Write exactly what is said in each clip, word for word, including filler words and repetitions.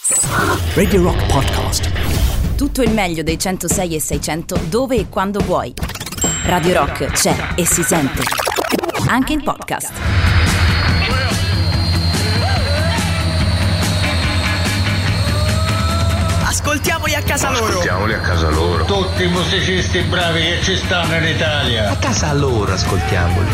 Radio Rock Podcast. Tutto il meglio dei centosei e seicento dove e quando vuoi. Radio Rock c'è e si sente anche in podcast. Ascoltiamoli a casa loro. Ascoltiamoli a casa loro. Tutti i musicisti bravi che ci stanno in Italia. A casa loro ascoltiamoli.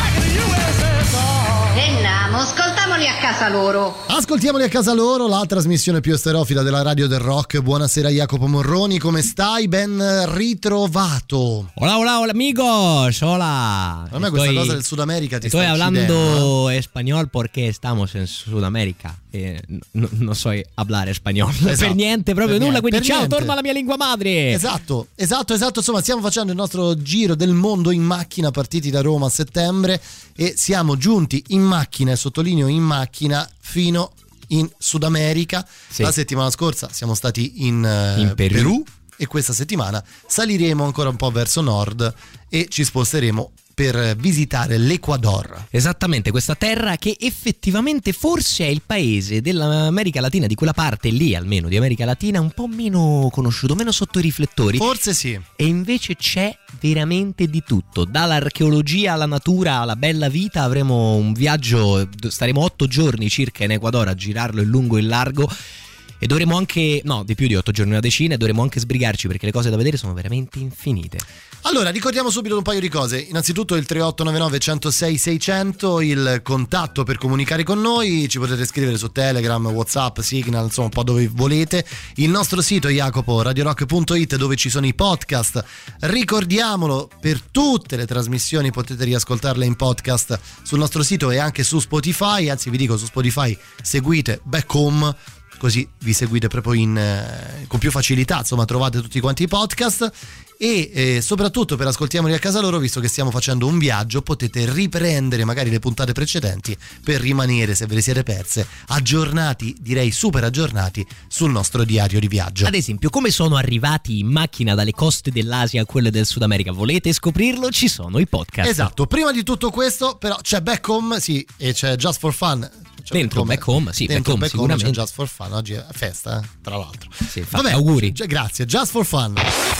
E namo, ascoltiamoli a casa loro. Ascoltiamoli a casa loro, la trasmissione più esterofila della radio del rock. Buonasera Jacopo Morroni, come stai? Ben ritrovato. Hola, hola, hola amigos, hola. A me questa cosa del Sud America ti estoy sta hablando eh? español porque estamos en Sudamerica. Eh, no, non so parlare spagnolo, esatto, per niente, proprio per nulla, niente, quindi ciao, niente. Torno alla mia lingua madre. Esatto, esatto, esatto, insomma stiamo facendo il nostro giro del mondo in macchina, partiti da Roma a settembre e siamo giunti in macchina, e sottolineo in macchina, fino in Sud America. Sì. La settimana scorsa siamo stati in, uh, in Perù. Perù e questa settimana saliremo ancora un po' verso nord e ci sposteremo per visitare l'Ecuador. Esattamente, questa terra che effettivamente forse è il paese dell'America Latina, di quella parte lì almeno di America Latina, un po' meno conosciuto, meno sotto i riflettori. Forse sì. E invece c'è veramente di tutto, dall'archeologia alla natura alla bella vita. Avremo un viaggio, staremo otto giorni circa in Ecuador a girarlo in lungo e in largo. E dovremo anche, no, di più di otto giorni, una decina, e dovremo anche sbrigarci perché le cose da vedere sono veramente infinite. Allora, ricordiamo subito un paio di cose. Innanzitutto il tre otto nove nove uno zero sei sei zero zero, il contatto per comunicare con noi. Ci potete scrivere su Telegram, WhatsApp, Signal, insomma un po' dove volete. Il nostro sito Jacopo, radio rock punto it, dove ci sono i podcast. Ricordiamolo, per tutte le trasmissioni potete riascoltarle in podcast sul nostro sito e anche su Spotify. Anzi, vi dico, su Spotify seguite Back Home, così vi seguite proprio in, eh, con più facilità, insomma trovate tutti quanti i podcast. E eh, soprattutto per Ascoltiamoli a casa loro, visto che stiamo facendo un viaggio, potete riprendere magari le puntate precedenti per rimanere, se ve le siete perse, aggiornati, direi super aggiornati, sul nostro diario di viaggio. Ad esempio, come sono arrivati in macchina dalle coste dell'Asia a quelle del Sud America? Volete scoprirlo? Ci sono i podcast. Esatto, prima di tutto questo però c'è Back Home, sì, e c'è Just for Fun. Cioè, dentro Back Home, sì, dentro Back Home, Back Home c'è Just for Fun, oggi è festa, eh, tra l'altro. Sì, vabbè, auguri. Gi- grazie, Just for Fun.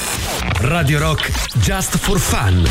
Radio Rock Just for Fun.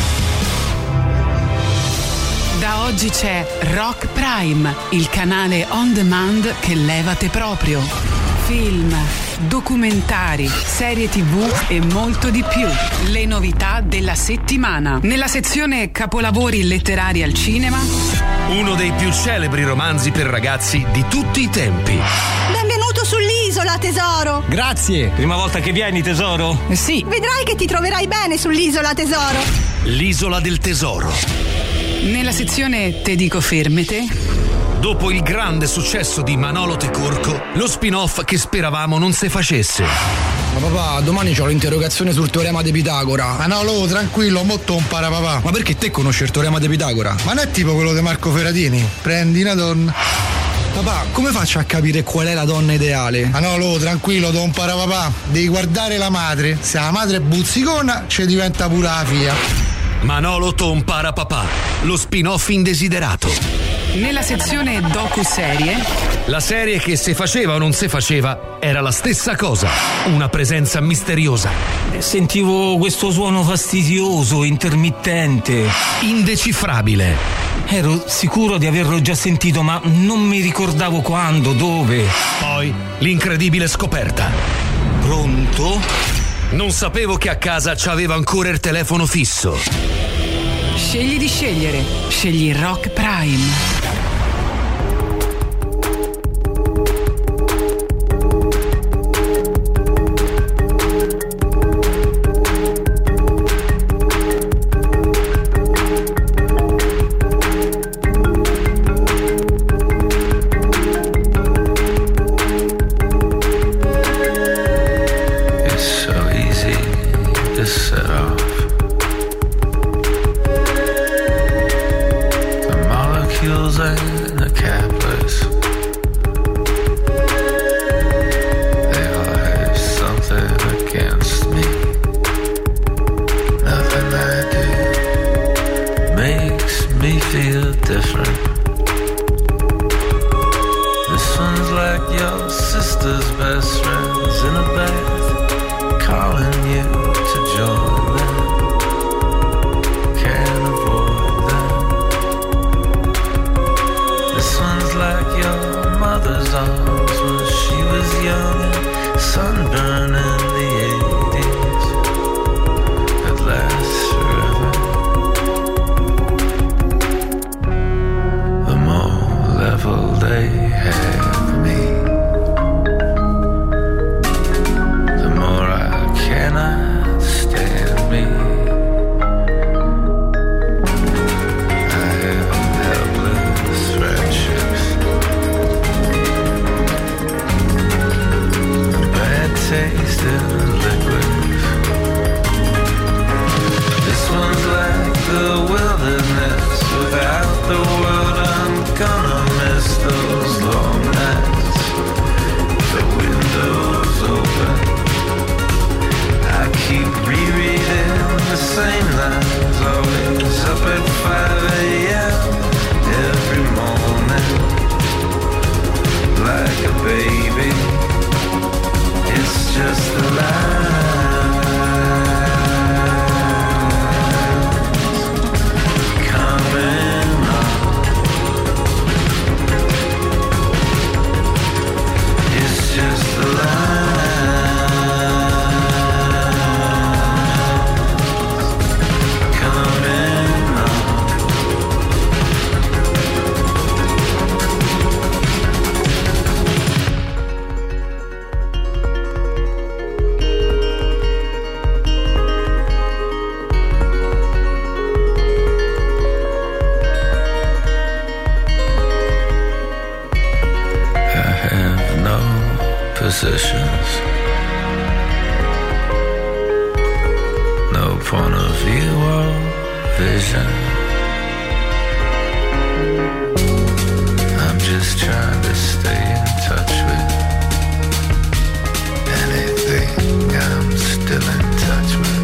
Da oggi c'è Rock Prime, il canale on demand che levate proprio. Film, documentari, serie tivù e molto di più. Le novità della settimana. Nella sezione capolavori letterari al cinema, uno dei più celebri romanzi per ragazzi di tutti i tempi. Benvenuto sull'isola, tesoro. Grazie. Prima volta che vieni, tesoro? Eh sì. Vedrai che ti troverai bene sull'isola, tesoro. L'isola del tesoro. Nella sezione Te dico fermete, dopo il grande successo di Manolo Tecorco, lo spin-off che speravamo non se facesse. Ma papà, domani c'ho l'interrogazione sul teorema di Pitagora. Ma no, lo, tranquillo, molto impara papà. Ma perché te conosci il teorema di Pitagora? Ma non è tipo quello di Marco Ferratini? Prendi una donna. Papà, come faccio a capire qual è la donna ideale? Ma no, lo, tranquillo, don papà. Devi guardare la madre. Se la madre è buzzicona, ci diventa pure la figlia. Manolo Tompara papà, lo spin-off indesiderato. Nella sezione docu-serie, la serie che se faceva o non se faceva era la stessa cosa, una presenza misteriosa. Sentivo questo suono fastidioso, intermittente, indecifrabile. Ero sicuro di averlo già sentito, ma non mi ricordavo quando, dove. Poi l'incredibile scoperta. Pronto? Non sapevo che a casa c'aveva ancora il telefono fisso. Scegli di scegliere. Scegli Rock Prime. Molecules best friends in a bed, calling you to join them. Can't avoid them. This one's like your mother's arms when she was young and sunburned in the eighties. It lasts forever. The more level they have me, the more I cannot stand me. I have helpless friendships, a bad taste in liquids. This one's like the wilderness without the world. I'm gonna miss those long nights, the windows open. I keep rereading the same lines, always up at five a.m. every morning, like a baby. It's just a lie. Positions, no point of view or vision. I'm just trying to stay in touch with anything I'm still in touch with.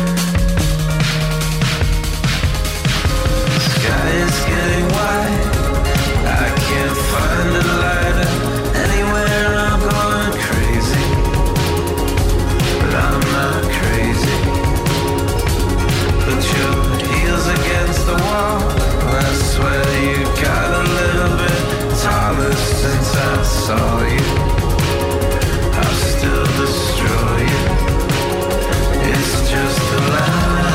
The sky is getting white, I can't find a lighter anywhere. I'm going crazy, but I'm not crazy. Put your heels against the wall, I swear you got a little bit taller since I saw you. I'll still destroy you, it's just a lie.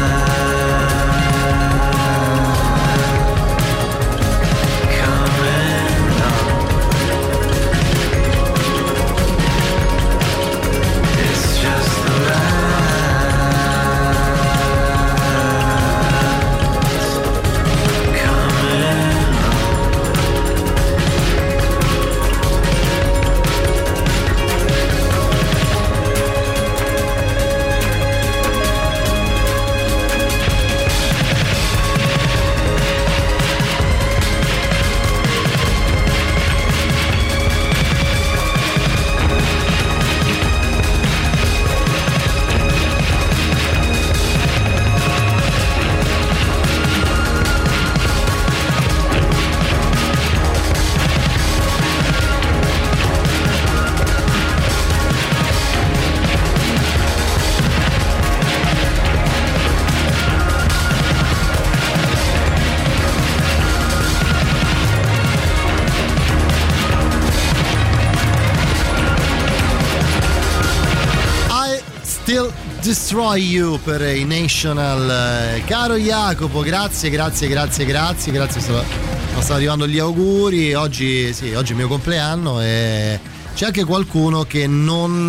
Destroy You per i National. Caro Jacopo, grazie, grazie, grazie, grazie, grazie. Sto, stanno arrivando gli auguri. Oggi, sì, oggi è il mio compleanno e c'è anche qualcuno che non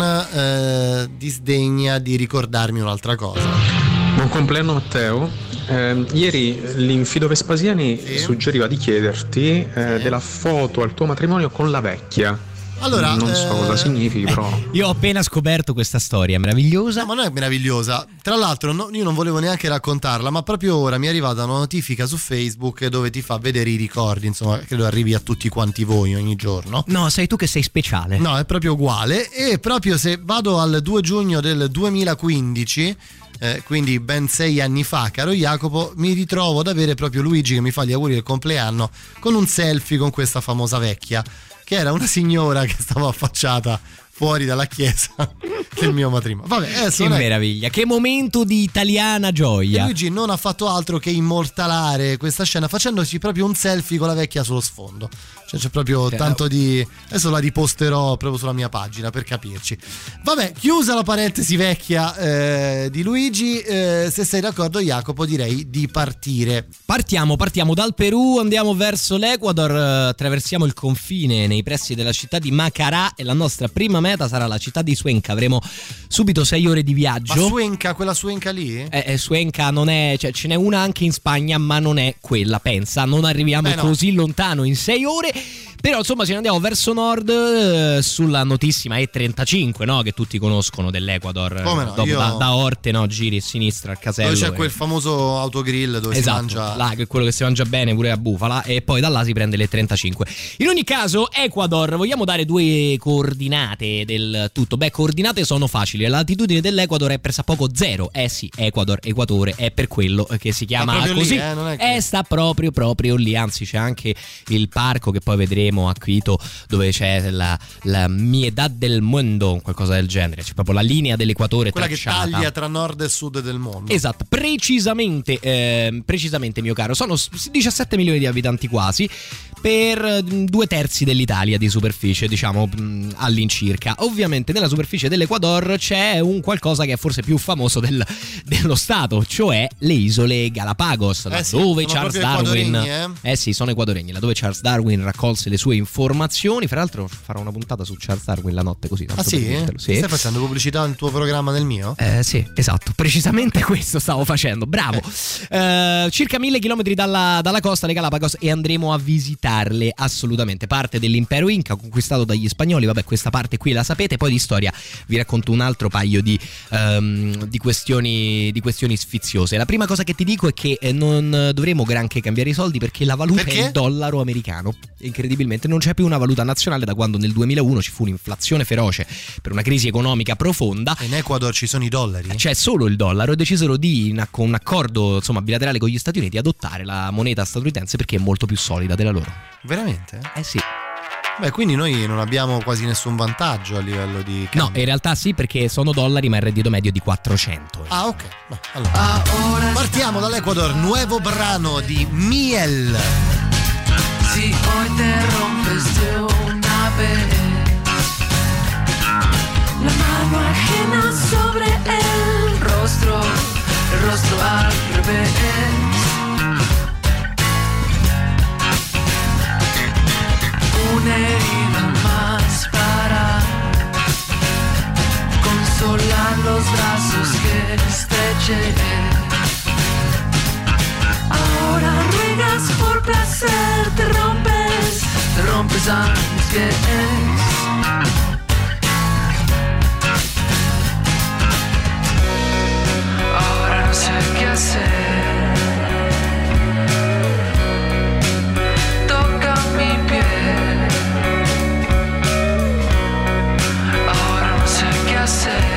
eh, disdegna di ricordarmi un'altra cosa. Buon compleanno Matteo. Eh, ieri l'Infido Vespasiani sì. suggeriva di chiederti eh, sì. della foto al tuo matrimonio con la vecchia. Allora, non so eh, cosa significhi, però. Io ho appena scoperto questa storia meravigliosa. No, ma non è meravigliosa. Tra l'altro, no, io non volevo neanche raccontarla, ma proprio ora mi è arrivata una notifica su Facebook dove ti fa vedere i ricordi. Insomma, credo arrivi a tutti quanti voi ogni giorno. No, sei tu che sei speciale. No, è proprio uguale. E proprio se vado al due giugno del duemilaquindici, eh, quindi ben sei anni fa, caro Jacopo, mi ritrovo ad avere proprio Luigi che mi fa gli auguri del compleanno con un selfie con questa famosa vecchia. che era una signora che stava affacciata fuori dalla chiesa del mio matrimonio. Vabbè, che meraviglia, che momento di italiana gioia. E Luigi non ha fatto altro che immortalare questa scena facendoci proprio un selfie con la vecchia sullo sfondo. Cioè c'è proprio Cioè, tanto di... Adesso la riposterò proprio sulla mia pagina per capirci. Vabbè, chiusa la parentesi vecchia eh, di Luigi, eh, se sei d'accordo Jacopo direi di partire. Partiamo, partiamo dal Perù, andiamo verso l'Ecuador, eh, attraversiamo il confine nei pressi della città di Macará e la nostra prima meta sarà la città di Cuenca. Avremo subito sei ore di viaggio. Ma Cuenca, quella Cuenca lì? Eh, eh, Cuenca non è, cioè ce n'è una anche in Spagna, ma non è quella, pensa, non arriviamo Beh, no. così lontano in sei ore. Però insomma se ne andiamo verso nord eh, sulla notissima E trentacinque, no? Che tutti conoscono dell'Ecuador. Come no? Dopo Io... da, da Orte, no? Giri a sinistra al casello. Dove c'è e... quel famoso autogrill dove esatto, si mangia. là, che è quello che si mangia bene pure a bufala. E poi da là si prende le trentacinque. In ogni caso, Ecuador, vogliamo dare due coordinate del tutto? Beh, coordinate sono facili. La latitudine dell'Ecuador è pressappoco zero. Eh sì, Ecuador, Equatore, è per quello che si chiama così. Lì, eh, non è che... eh, sta proprio proprio lì. Anzi, c'è anche il parco che poi vedremo a Quito, dove c'è la, la Miedad del Mundo, qualcosa del genere. C'è proprio la linea dell'equatore quella tracciata, che taglia tra nord e sud del mondo. Esatto, precisamente, eh, precisamente mio caro, sono diciassette milioni di abitanti quasi, per due terzi dell'Italia di superficie, diciamo all'incirca. Ovviamente nella superficie dell'Ecuador c'è un qualcosa che è forse più famoso del, dello stato, cioè le isole Galapagos, eh sì, dove Charles Darwin eh? eh sì, sono equadoregni, laddove Charles Darwin raccolse le sue informazioni. Fra l'altro farò una puntata su Charles Darwin la notte così. Ah sì? sì? Stai facendo pubblicità nel tuo programma nel mio? Eh sì, esatto, precisamente questo stavo facendo, bravo. Eh, circa mille chilometri dalla, dalla costa le Galapagos, e andremo a visitarle assolutamente. Parte dell'impero Inca conquistato dagli spagnoli, vabbè, questa parte qui la sapete. Poi di storia vi racconto un altro paio di, um, di questioni di questioni sfiziose. La prima cosa che ti dico è che non dovremo granché cambiare i soldi, perché la valuta perché? è il dollaro americano. Incredibilmente non c'è più una valuta nazionale da quando nel duemilauno ci fu un'inflazione feroce per una crisi economica profonda. In Ecuador ci sono i dollari? C'è solo il dollaro, e decisero di, in, con un accordo insomma bilaterale con gli Stati Uniti, adottare la moneta statunitense perché è molto più solida della loro. Veramente? Eh sì. Beh, quindi noi non abbiamo quasi nessun vantaggio a livello di cambio. No, in realtà sì, perché sono dollari, ma il reddito medio è di quattrocento. Ah, ok. Beh, allora. Partiamo dall'Ecuador, nuovo brano di Miel. Si hoy te rompes de una vez la mano ajena sobre el rostro, el rostro al revés. Una herida más para consolar los brazos que estreché. Ahora ruegas por placer, te rompes, te rompes a mis pies. Ahora no sé qué hacer. Toca mi piel. Ahora no sé qué hacer.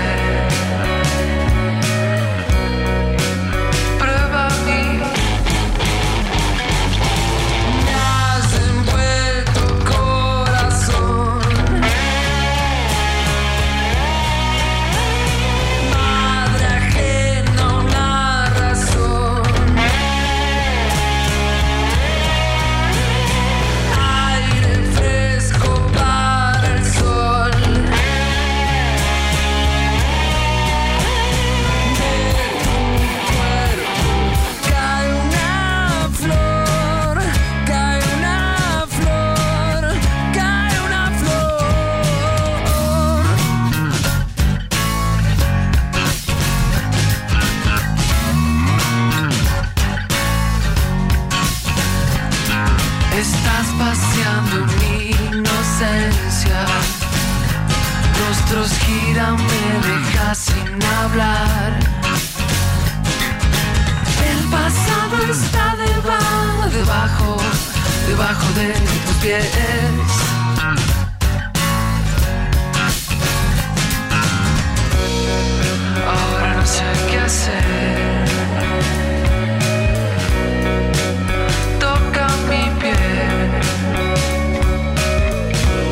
Rostros giran, me dejas sin hablar. El pasado está debajo, debajo, debajo de tus pies. Ahora no sé qué hacer. Toca mi piel.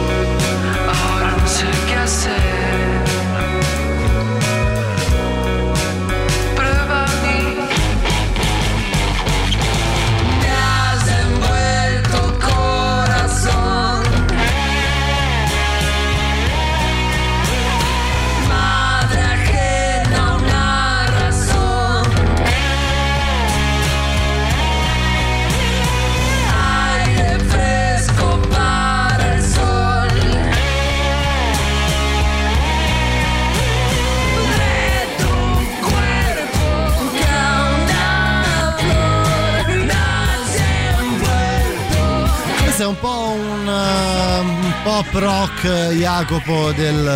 pop rock Jacopo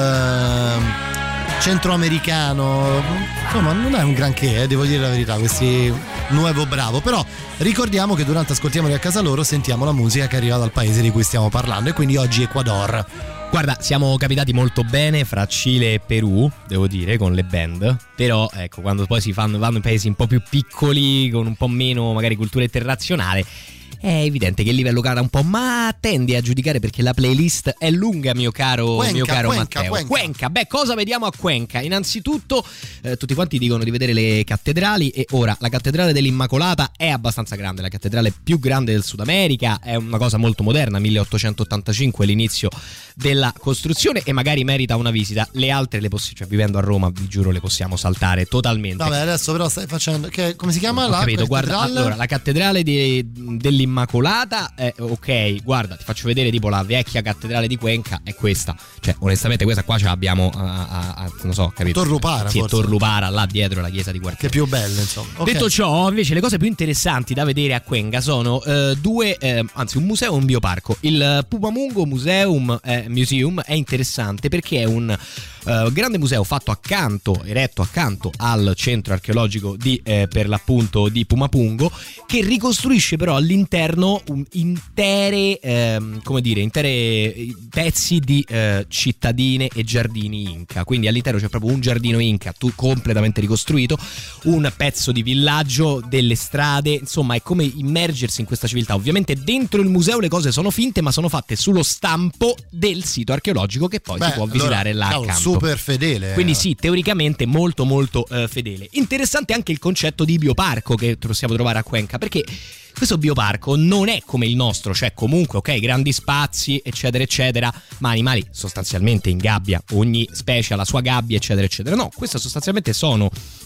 del uh, centroamericano, insomma non è un granché, eh, devo dire la verità, questi Nuevo Bravo, però ricordiamo che durante Ascoltiamoli a casa loro sentiamo la musica che arriva dal paese di cui stiamo parlando, e quindi oggi Ecuador. Guarda, siamo capitati molto bene fra Cile e Perù, devo dire, con le band. Però, ecco, quando poi si fanno, vanno in paesi un po' più piccoli, con un po' meno magari cultura internazionale, è evidente che il livello cala un po', ma tendi a giudicare perché la playlist è lunga, mio caro, Cuenca, mio caro Cuenca, Matteo. Cuenca. Cuenca, beh, cosa vediamo a Cuenca? Innanzitutto, eh, tutti quanti dicono di vedere le cattedrali, e ora la cattedrale dell'Immacolata è abbastanza grande, la cattedrale più grande del Sud America, è una cosa molto moderna, milleottocentottantacinque l'inizio della costruzione, e magari merita una visita. Le altre le possiamo, cioè vivendo a Roma, vi giuro, le possiamo saltare totalmente. Vabbè, adesso però stai facendo, che, come si chiama? Ho la capito, cattedrale? guarda, allora la cattedrale di, dell'Immacolata è ok, guarda, ti faccio vedere tipo la vecchia cattedrale di Cuenca, è questa, cioè onestamente questa qua ce l'abbiamo a, a, a non so, capito? Torlupara, sì, forse. Torlupara, là dietro la chiesa di Quartiere. Che è più bella, insomma. Okay. Detto ciò, invece le cose più interessanti da vedere a Cuenca sono eh, due, eh, anzi un museo e un bioparco. Il Pumamungo Museum, eh, Museum è interessante perché è un Uh, grande museo fatto accanto, eretto accanto al centro archeologico di eh, per l'appunto di Pumapungo, che ricostruisce però all'interno um, intere ehm, come dire intere pezzi di eh, cittadine e giardini Inca. Quindi all'interno c'è proprio un giardino Inca tu, completamente ricostruito, un pezzo di villaggio, delle strade, insomma è come immergersi in questa civiltà. Ovviamente dentro il museo le cose sono finte, ma sono fatte sullo stampo del sito archeologico che poi Beh, si può visitare allora, là cavolo, accanto. Super fedele. Quindi sì, teoricamente molto molto eh, fedele. Interessante anche il concetto di bioparco che possiamo trovare a Cuenca, perché questo bioparco non è come il nostro, cioè comunque ok, grandi spazi eccetera eccetera, ma animali sostanzialmente in gabbia, ogni specie ha la sua gabbia eccetera eccetera. No, questo sostanzialmente sono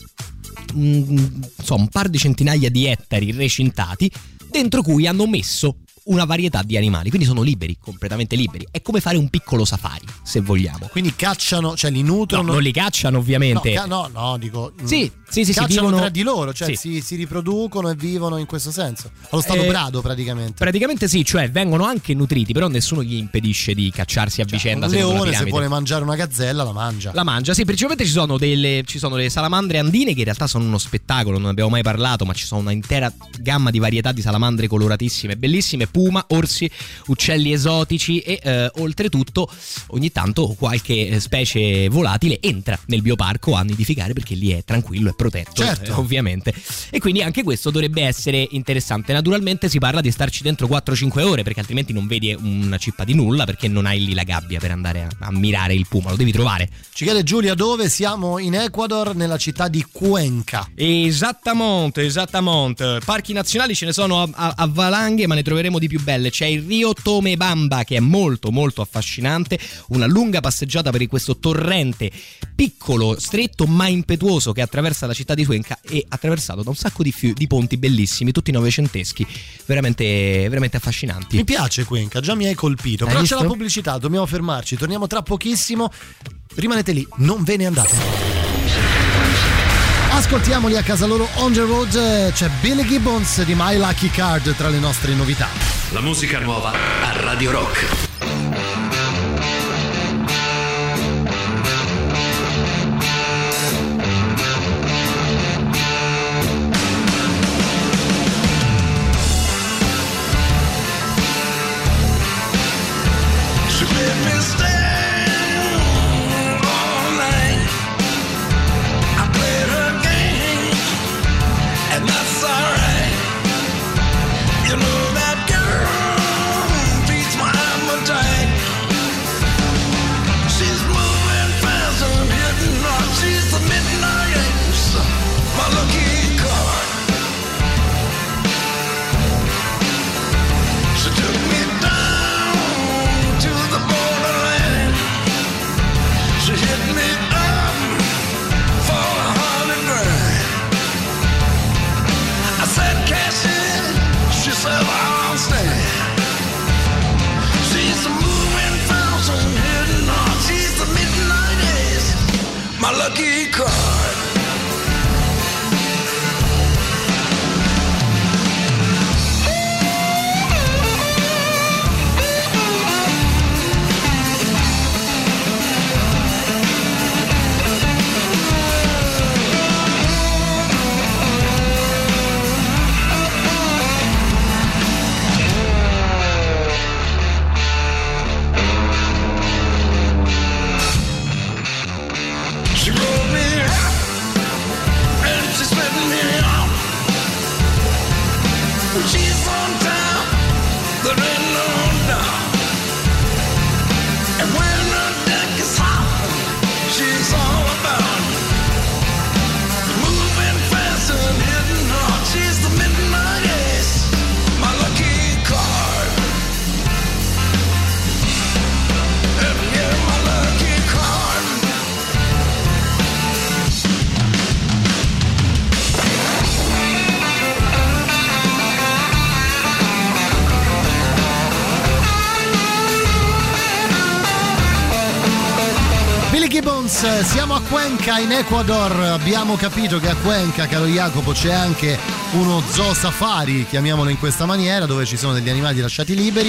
mm, insomma un par di centinaia di ettari recintati dentro cui hanno messo una varietà di animali, quindi sono liberi, completamente liberi. È come fare un piccolo safari, se vogliamo. Quindi cacciano, cioè li nutrono. No, non li cacciano ovviamente. No, ca- no, no, dico. Sì, sì, sì, cacciano sì, vivono tra di loro, cioè sì. si, si riproducono e vivono in questo senso. Allo stato Eh, brado praticamente. Praticamente sì, cioè vengono anche nutriti, però nessuno gli impedisce di cacciarsi a Cioè, vicenda. un secondo la leone, se piramide. vuole mangiare una gazzella, la mangia. La mangia, sì, principalmente ci sono delle ci sono le salamandre andine che in realtà sono uno spettacolo, non ne abbiamo mai parlato, ma ci sono una intera gamma di varietà di salamandre coloratissime, bellissime, puma, orsi, uccelli esotici e eh, oltretutto ogni tanto qualche specie volatile entra nel bioparco a nidificare perché lì è tranquillo, è protetto, certo. eh, ovviamente. E quindi anche questo dovrebbe essere interessante. Naturalmente si parla di starci dentro quattro cinque ore perché altrimenti non vedi una cippa di nulla, perché non hai lì la gabbia per andare a ammirare il puma, lo devi trovare. Ci chiede Giulia dove siamo in Ecuador, nella città di Cuenca. Esattamente, esattamente. Parchi nazionali ce ne sono a, a, a valanghe, ma ne troveremo di più belle. C'è il Rio Tomebamba che è molto molto affascinante, una lunga passeggiata per questo torrente piccolo, stretto ma impetuoso che attraversa la città di Cuenca e attraversato da un sacco di, fi- di ponti bellissimi, tutti novecenteschi, veramente, veramente affascinanti. Mi piace Cuenca, già mi hai colpito. Hai Però visto? c'è la pubblicità, dobbiamo fermarci, torniamo tra pochissimo. Rimanete lì, non ve ne andate. Ascoltiamoli a casa loro on the road. C'è Billy Gibbons di My Lucky Card tra le nostre novità. La musica nuova a Radio Rock. My lucky card. Billy Gibbons, siamo a Cuenca in Ecuador, abbiamo capito che a Cuenca, caro Jacopo, c'è anche uno zoo safari, chiamiamolo in questa maniera, dove ci sono degli animali lasciati liberi.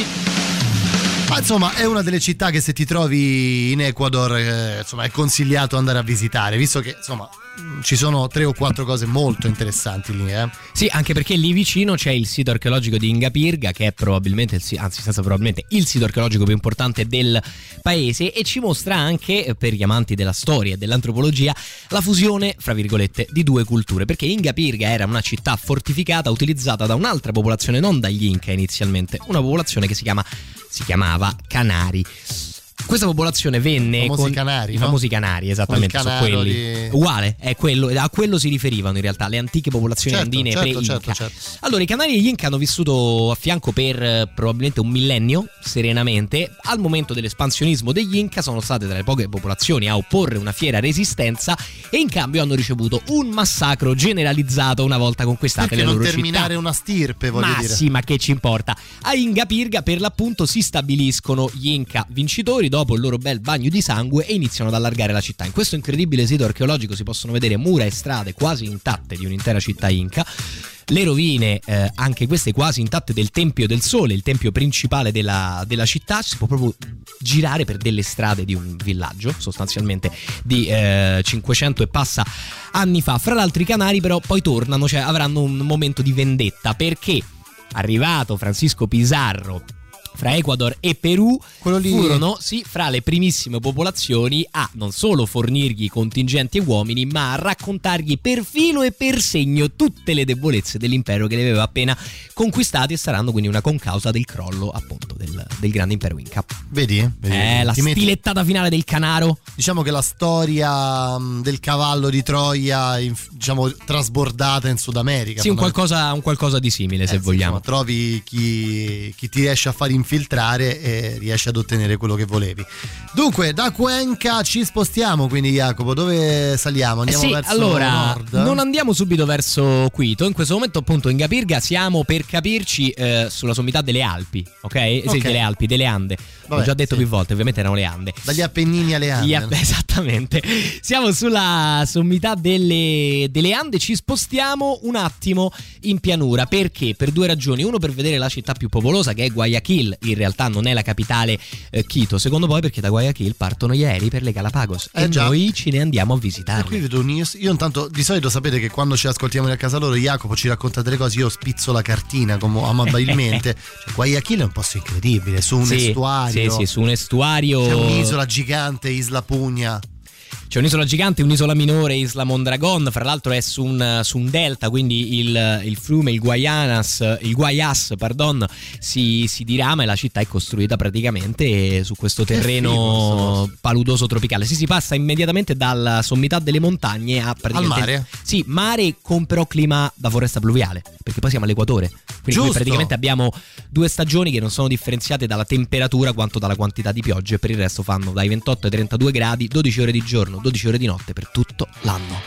Ma insomma è una delle città che se ti trovi in Ecuador eh, insomma è consigliato andare a visitare, visto che insomma ci sono tre o quattro cose molto interessanti lì, eh? Sì, anche perché lì vicino c'è il sito archeologico di Ingapirga, che è probabilmente il, anzi senza probabilmente il sito archeologico più importante del paese, e ci mostra anche, per gli amanti della storia e dell'antropologia, la fusione fra virgolette di due culture, perché Ingapirga era una città fortificata utilizzata da un'altra popolazione, non dagli Inca inizialmente, una popolazione che si chiama si chiamava Canari. Questa popolazione venne I famosi con canari, i no? famosi canari, esattamente, sono quelli. Di... Uguale, è quello, a quello si riferivano in realtà le antiche popolazioni certo, andine certo, pre-Inca. certo, certo. Allora, i canari e gli Inca hanno vissuto a fianco per eh, probabilmente un millennio, serenamente. Al momento dell'espansionismo degli Inca sono state tra le poche popolazioni a opporre una fiera resistenza, e in cambio hanno ricevuto un massacro generalizzato una volta conquistate Perché le loro non terminare città. una stirpe, voglio ma dire. sì, ma che ci importa? A Ingapirga per l'appunto si stabiliscono gli Inca vincitori dopo il loro bel bagno di sangue e iniziano ad allargare la città. In questo incredibile sito archeologico si possono vedere mura e strade quasi intatte di un'intera città Inca, le rovine eh, anche queste quasi intatte del Tempio del Sole, il tempio principale della, della città. Si può proprio girare per delle strade di un villaggio sostanzialmente di eh, cinquecento e passa anni fa. Fra l'altro i canari però poi tornano, cioè avranno un momento di vendetta, perché arrivato Francisco Pizarro fra Ecuador e Perù, quello lì furono sì fra le primissime popolazioni a non solo fornirgli contingenti e uomini, ma a raccontargli per filo e per segno tutte le debolezze dell'impero che li aveva appena conquistati, e saranno quindi una concausa del crollo appunto del, del grande impero Inca. Vedi? Vedi? Eh, la Ti metti- stilettata finale del Canaro. Diciamo che la storia mh, del cavallo di Troia, in- diciamo trasbordata in Sud America. Sì, un Fondament- qualcosa, un qualcosa di simile, se Eh, sì, vogliamo. insomma, trovi chi, chi ti riesce a far infiltrare e riesci ad ottenere quello che volevi. Dunque, da Cuenca ci spostiamo, quindi Jacopo, dove saliamo? Andiamo Eh sì, verso allora, nord? non andiamo subito verso Quito. In questo momento appunto in Ingapirga siamo, per capirci, eh, sulla sommità delle Alpi, ok? Sì, Ok. delle Alpi, delle Ande. Vabbè, L'ho già detto sì. più volte, ovviamente erano le Ande. Dagli Appennini alle Ande. Gli App- esattamente. Siamo sulla sommità delle, delle Ande, ci spostiamo un attimo in pianura. Perché? Per due ragioni. Uno, per vedere la città più popolosa, che è Guayaquil. In realtà non è la capitale eh, Quito. Secondo, poi perché da Guayaquil partono gli aerei per le Galapagos, Eh e già. noi ce ne andiamo a visitare. E qui vedo un- io, io intanto di solito sapete che quando ci ascoltiamo a casa loro Jacopo ci racconta delle cose, io spizzo la cartina come amabilmente. Cioè, Guayaquil è un posto incredibile, su un Sì, estuario. Sì, sì, su un estuario. C'è un'isola gigante, Isla Pugna. C'è un'isola gigante, un'isola minore, Isla Mondragon. Fra l'altro è su un, su un delta, quindi il, il fiume, il Guayanas, il Guayas, pardon, si, si dirama, e la città è costruita praticamente su questo Che terreno figo, paludoso tropicale. Sì, si passa immediatamente dalla sommità delle montagne a praticamente Al mare? Sì, mare con però clima da foresta pluviale, perché poi siamo all'equatore. Quindi Giusto. qui praticamente abbiamo due stagioni che non sono differenziate dalla temperatura quanto dalla quantità di pioggia, e per il resto fanno dai ventotto ai trentadue gradi, dodici ore di giorno, dodici ore di notte per tutto l'anno.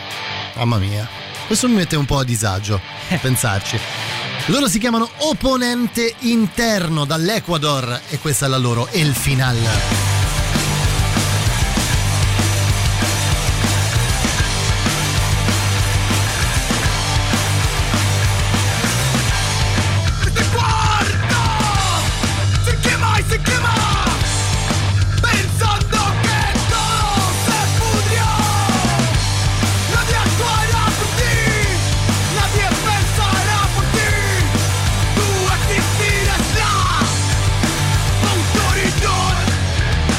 Mamma mia, questo mi mette un po' a disagio a pensarci. Loro si chiamano Opponente Interno dall'Ecuador, e questa è la loro El Final. Se quema y se quema, pensando que todo se pudrió. Nadie actuará por ti, nadie pensará por ti. Tú existirás la autoridad.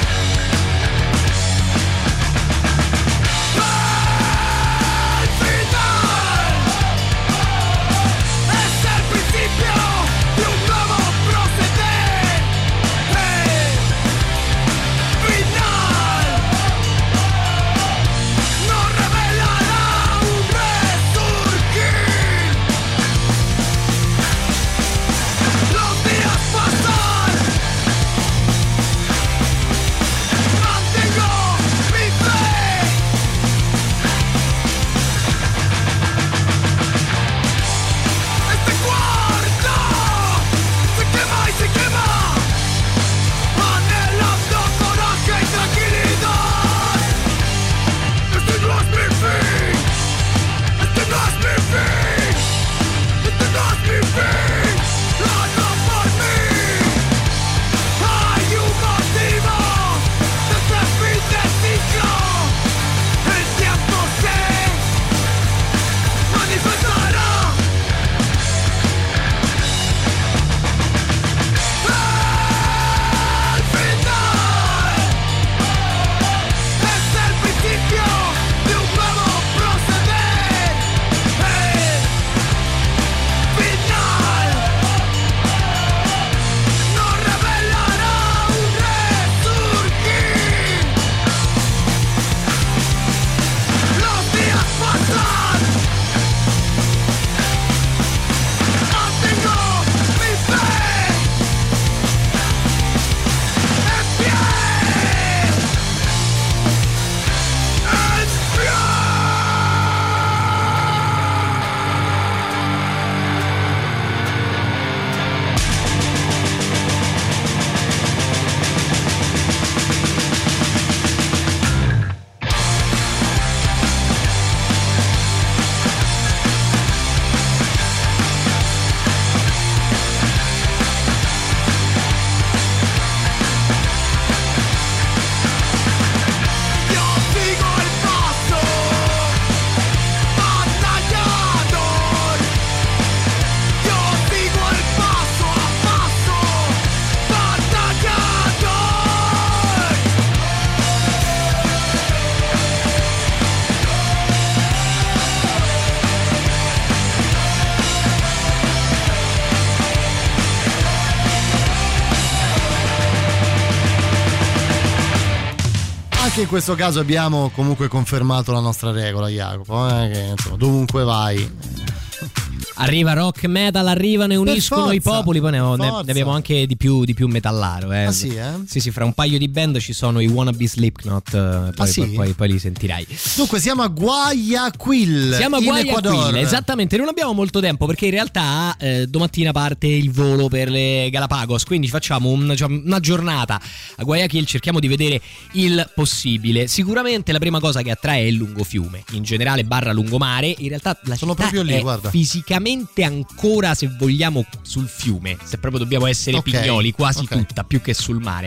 in questo caso abbiamo comunque confermato la nostra regola, Jacopo, eh, che insomma dovunque vai arriva rock metal, arrivano e uniscono i popoli. Poi ne, ho, ne, ne abbiamo anche di più, di più metallaro, eh. Ah sì, eh? Sì, sì, fra un paio di band ci sono i Wannabe Slipknot, poi, ah, sì? poi, poi, poi li sentirai. Dunque siamo a Guayaquil, siamo a in Guayaquil, Ecuador. esattamente. Non abbiamo molto tempo perché in realtà eh, domattina parte il volo per le Galapagos, quindi facciamo un, diciamo, una giornata a Guayaquil, cerchiamo di vedere il possibile. Sicuramente la prima cosa che attrae è il lungofiume, in generale barra lungomare. In realtà la sono città proprio lì, è guarda, fisicamente ancora, se vogliamo, sul fiume, se proprio dobbiamo essere okay, pignoli, quasi okay. tutta, più che sul mare.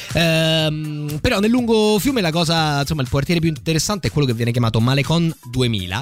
Ehm, però nel lungo fiume la cosa, insomma, il quartiere più interessante è quello che viene chiamato Malecon duemila.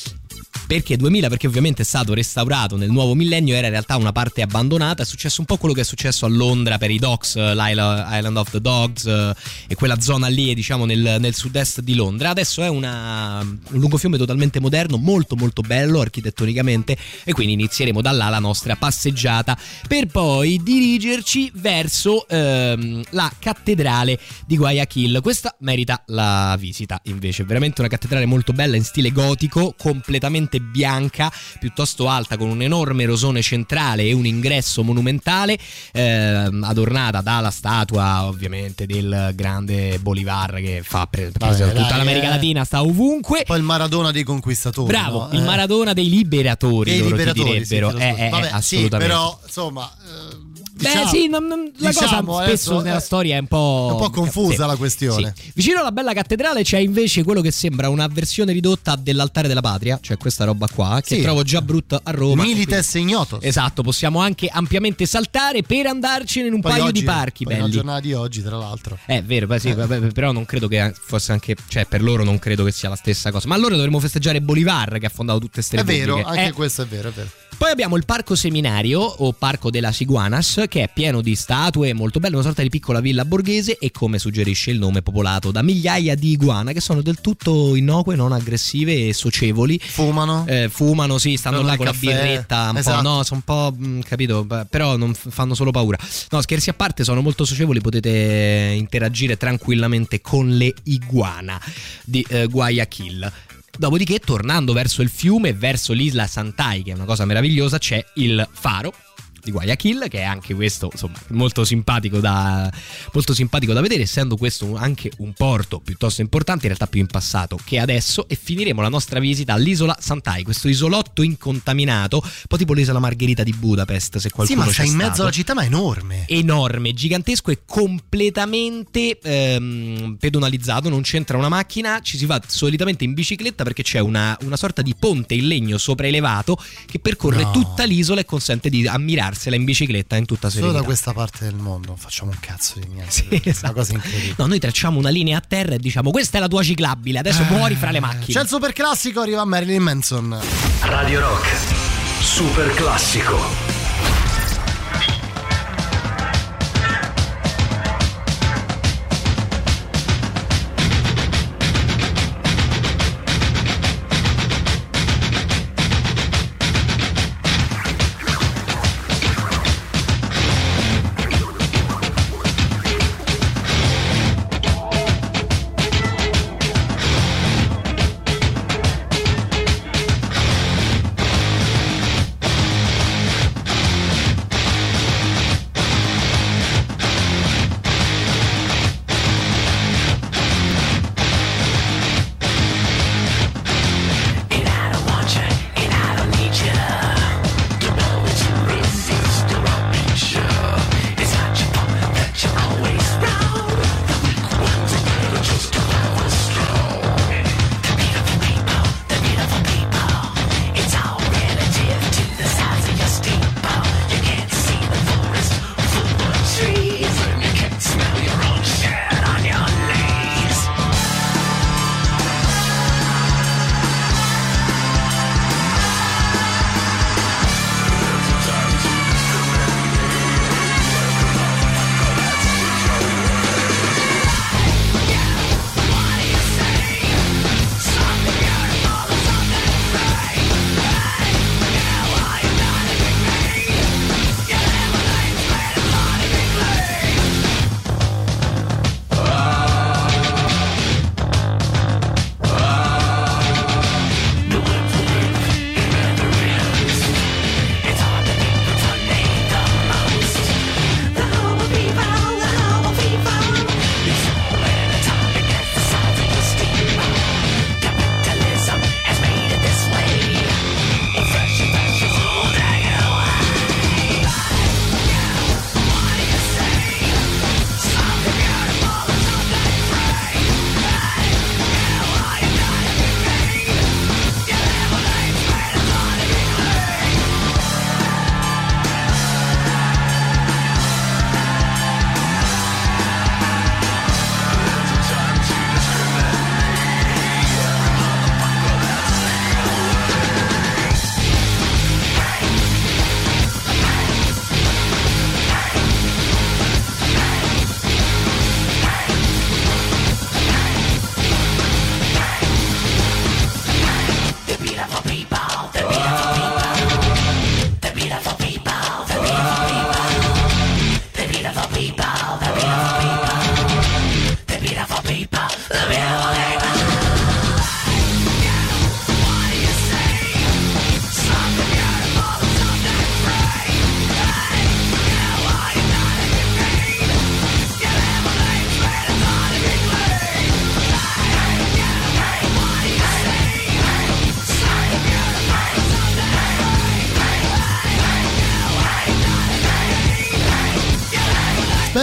Perché duemila? Perché ovviamente è stato restaurato nel nuovo millennio, era in realtà una parte abbandonata. È successo un po' quello che è successo a Londra per i Docks, l'Island of the Dogs, eh, e quella zona lì, diciamo, nel, nel sud-est di Londra. Adesso è una, un lungofiume totalmente moderno, molto molto bello architettonicamente, e quindi inizieremo da là la nostra passeggiata per poi dirigerci verso ehm, la cattedrale di Guayaquil. Questa merita la visita, invece, veramente una cattedrale molto bella in stile gotico, completamente bianca, piuttosto alta, con un enorme rosone centrale e un ingresso monumentale, eh, adornata dalla statua ovviamente del grande Bolivar, che fa per, per Vabbè, tutta dai, l'America eh. Latina, sta ovunque. Poi il Maradona dei conquistatori. Bravo, no? il eh. Maradona dei liberatori, dei loro liberatori, ti direbbero. sì, eh, eh, Vabbè, assolutamente. sì, però insomma eh, diciamo, Beh sì, non, non, la diciamo, cosa spesso adesso, nella eh, storia è un po', è un po' confusa sì, la questione. Sì. Vicino alla bella cattedrale c'è invece quello che sembra una versione ridotta dell'altare della patria, cioè questa roba qua, che sì. trovo già brutta a Roma. Milites ignotos. Esatto, possiamo anche ampiamente saltare per andarcene in un poi paio oggi, di parchi poi belli. La giornata di oggi, tra l'altro. È vero, beh, sì, vabbè, però non credo che fosse anche, cioè per loro non credo che sia la stessa cosa. Ma allora dovremmo festeggiare Bolivar, che ha fondato tutte queste È repubbliche. vero, anche eh. questo è vero, è vero. Poi abbiamo il Parco Seminario o Parco de las Iguanas, che è pieno di statue, molto bello, una sorta di piccola villa borghese e, come suggerisce il nome, popolato da migliaia di iguana che sono del tutto innocue, non aggressive e socievoli. Fumano? Eh, fumano, sì, stanno Bevono là con il la caffè. birretta, un Esatto. po', no, sono un po', mh, capito, però non f- fanno solo paura. No, scherzi a parte, sono molto socievoli, potete interagire tranquillamente con le iguana di eh, Guayaquil. Dopodiché, tornando verso il fiume, verso l'Isla Santay, che è una cosa meravigliosa, c'è il faro di Guayaquil, che è anche questo, insomma, molto simpatico da molto simpatico da vedere, essendo questo anche un porto piuttosto importante, in realtà più in passato che adesso. E finiremo la nostra visita all'isola Santay, questo isolotto incontaminato, un po' tipo l'isola Margherita di Budapest, se qualcuno sì, ma c'è sta in stato. mezzo alla città, ma è enorme. Enorme, gigantesco e completamente ehm, pedonalizzato, non c'entra una macchina, ci si va solitamente in bicicletta perché c'è una, una sorta di ponte in legno sopraelevato che percorre No. tutta l'isola e consente di ammirarsela in bicicletta in tutta Solo serenità. da questa parte del mondo facciamo un cazzo di niente. Sì, È esatto. una cosa incredibile. No, noi tracciamo una linea a terra e diciamo: questa è la tua ciclabile, adesso Eh, muori fra le macchine. C'è il super classico, arriva Marilyn Manson. Radio Rock, super classico.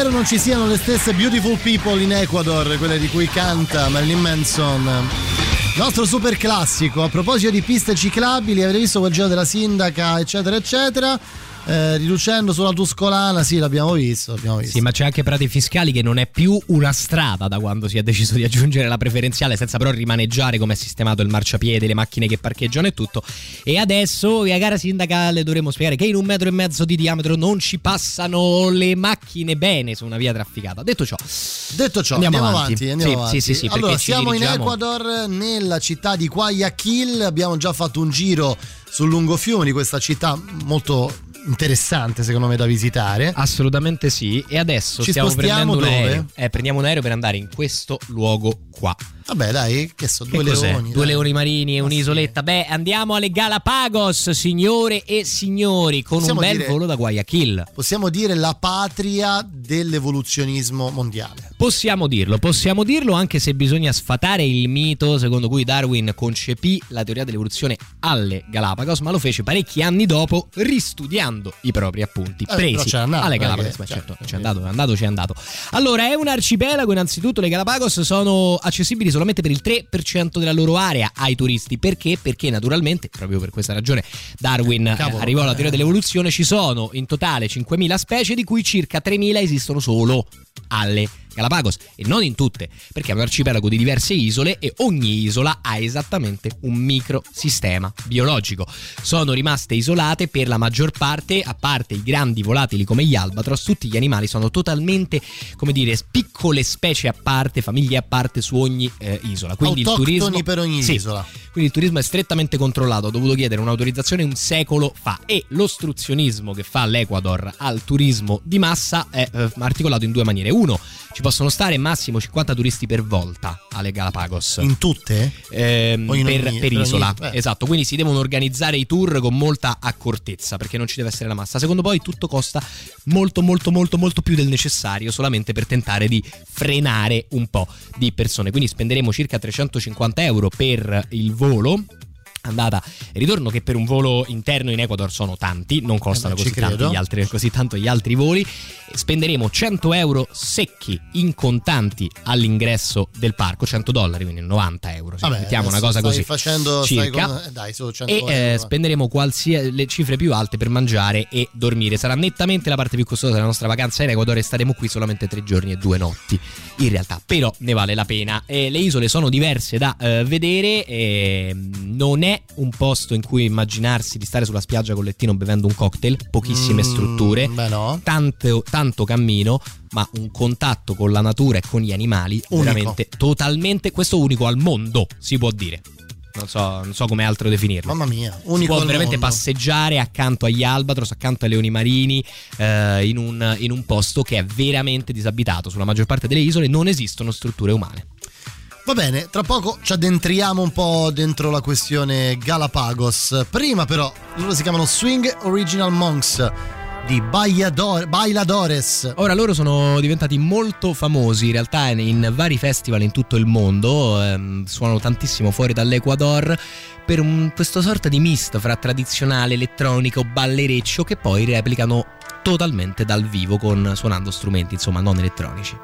spero non ci siano le stesse beautiful people in Ecuador, quelle di cui canta Marilyn Manson. Nostro super classico. A proposito di piste ciclabili, avete visto quel giro della sindaca, eccetera eccetera, eh, riducendo sulla Tuscolana? Sì, l'abbiamo visto, l'abbiamo visto. Sì, ma c'è anche Prati Fiscali, che non è più una strada da quando si è deciso di aggiungere la preferenziale, senza però rimaneggiare come è sistemato il marciapiede, le macchine che parcheggiano e tutto. E adesso, via cara sindaca, le dovremo spiegare che in un metro e mezzo di diametro non ci passano le macchine bene su una via trafficata. Detto ciò, Detto ciò andiamo, andiamo avanti. avanti, andiamo sì, avanti. Sì, sì, sì, allora, siamo in dirigiamo... Ecuador, nella città di Guayaquil. Abbiamo già fatto un giro sul lungofiume di questa città molto interessante, secondo me, da visitare. Assolutamente sì. E adesso ci stiamo spostiamo prendendo un dove? aereo. Eh, prendiamo un aereo per andare in questo luogo qua. Vabbè, dai, che so, due che leoni. Due dai. leoni marini e Ma un'isoletta. sì. Beh, andiamo alle Galapagos, signore e signori, con Possiamo un bel dire- volo da Guayaquil. Possiamo dire la patria dell'evoluzionismo mondiale. Possiamo dirlo, possiamo dirlo, anche se bisogna sfatare il mito secondo cui Darwin concepì la teoria dell'evoluzione alle Galapagos, ma lo fece parecchi anni dopo, ristudiando i propri appunti Eh, però presi c'è andato, alle eh, Galapagos. che- Ma certo, certo, c'è andato, è andato, c'è andato. Allora, è un arcipelago, innanzitutto le Galapagos sono accessibili solamente per il tre per cento della loro area ai turisti. Perché? Perché naturalmente, proprio per questa ragione, Darwin eh, Cavolo, arrivò alla eh. teoria dell'evoluzione. Ci sono in totale cinquemila specie, di cui circa tremila esistono solo alle Galapagos, e non in tutte, perché è un arcipelago di diverse isole e ogni isola ha esattamente un microsistema biologico. Sono rimaste isolate per la maggior parte, a parte i grandi volatili come gli albatros. Tutti gli animali sono totalmente, come dire, piccole specie a parte, famiglie a parte su ogni eh, isola. Quindi il Autoctoni turismo per ogni sì, isola. quindi il turismo è strettamente controllato. Ho dovuto chiedere un'autorizzazione un secolo fa, e l'ostruzionismo che fa l'Ecuador al turismo di massa è eh, articolato in due maniere. Uno, ci possono stare massimo cinquanta turisti per volta alle Galapagos. In tutte? Ehm, O in per, ogni- per per isola, ogni- eh. esatto. Quindi si devono organizzare i tour con molta accortezza, perché non ci deve essere la massa. Secondo poi tutto costa molto molto molto molto più del necessario, solamente per tentare di frenare un po' di persone. Quindi spenderemo circa trecentocinquanta euro per il volo andata e ritorno, che per un volo interno in Ecuador sono tanti, non costano Eh beh, così, ci tanti credo. gli altri, così tanto gli altri voli. Spenderemo cento euro secchi in contanti all'ingresso del parco, cento dollari, quindi novanta euro, se Vabbè, mettiamo una adesso cosa stai così facendo, stai circa. con- eh, dai, su cento E euro. eh, spenderemo qualsiasi le cifre più alte per mangiare e dormire. Sarà nettamente la parte più costosa della nostra vacanza in Ecuador, e staremo qui solamente tre giorni e due notti in realtà, però ne vale la pena. E le isole sono diverse da eh, vedere, e non è un posto in cui immaginarsi di stare sulla spiaggia con lettino bevendo un cocktail, pochissime Mm, strutture, beh no. tanto, tanto cammino, ma un contatto con la natura e con gli animali Unico. veramente totalmente, questo unico al mondo, si può dire. Non so, non so come altro definirlo. Mamma mia, Si unico può al veramente mondo. passeggiare accanto agli albatros, accanto ai leoni marini, eh, in, un, in un posto che è veramente disabitato. Sulla maggior parte delle isole non esistono strutture umane. Va bene, tra poco ci addentriamo un po' dentro la questione Galapagos. Prima però, loro si chiamano Swing Original Monks di Bailador- Bailadores. Ora loro sono diventati molto famosi in realtà in vari festival in tutto il mondo, ehm, suonano tantissimo fuori dall'Ecuador per un, questo sorta di misto fra tradizionale, elettronico, ballereccio, che poi replicano totalmente dal vivo con suonando strumenti, insomma, non elettronici.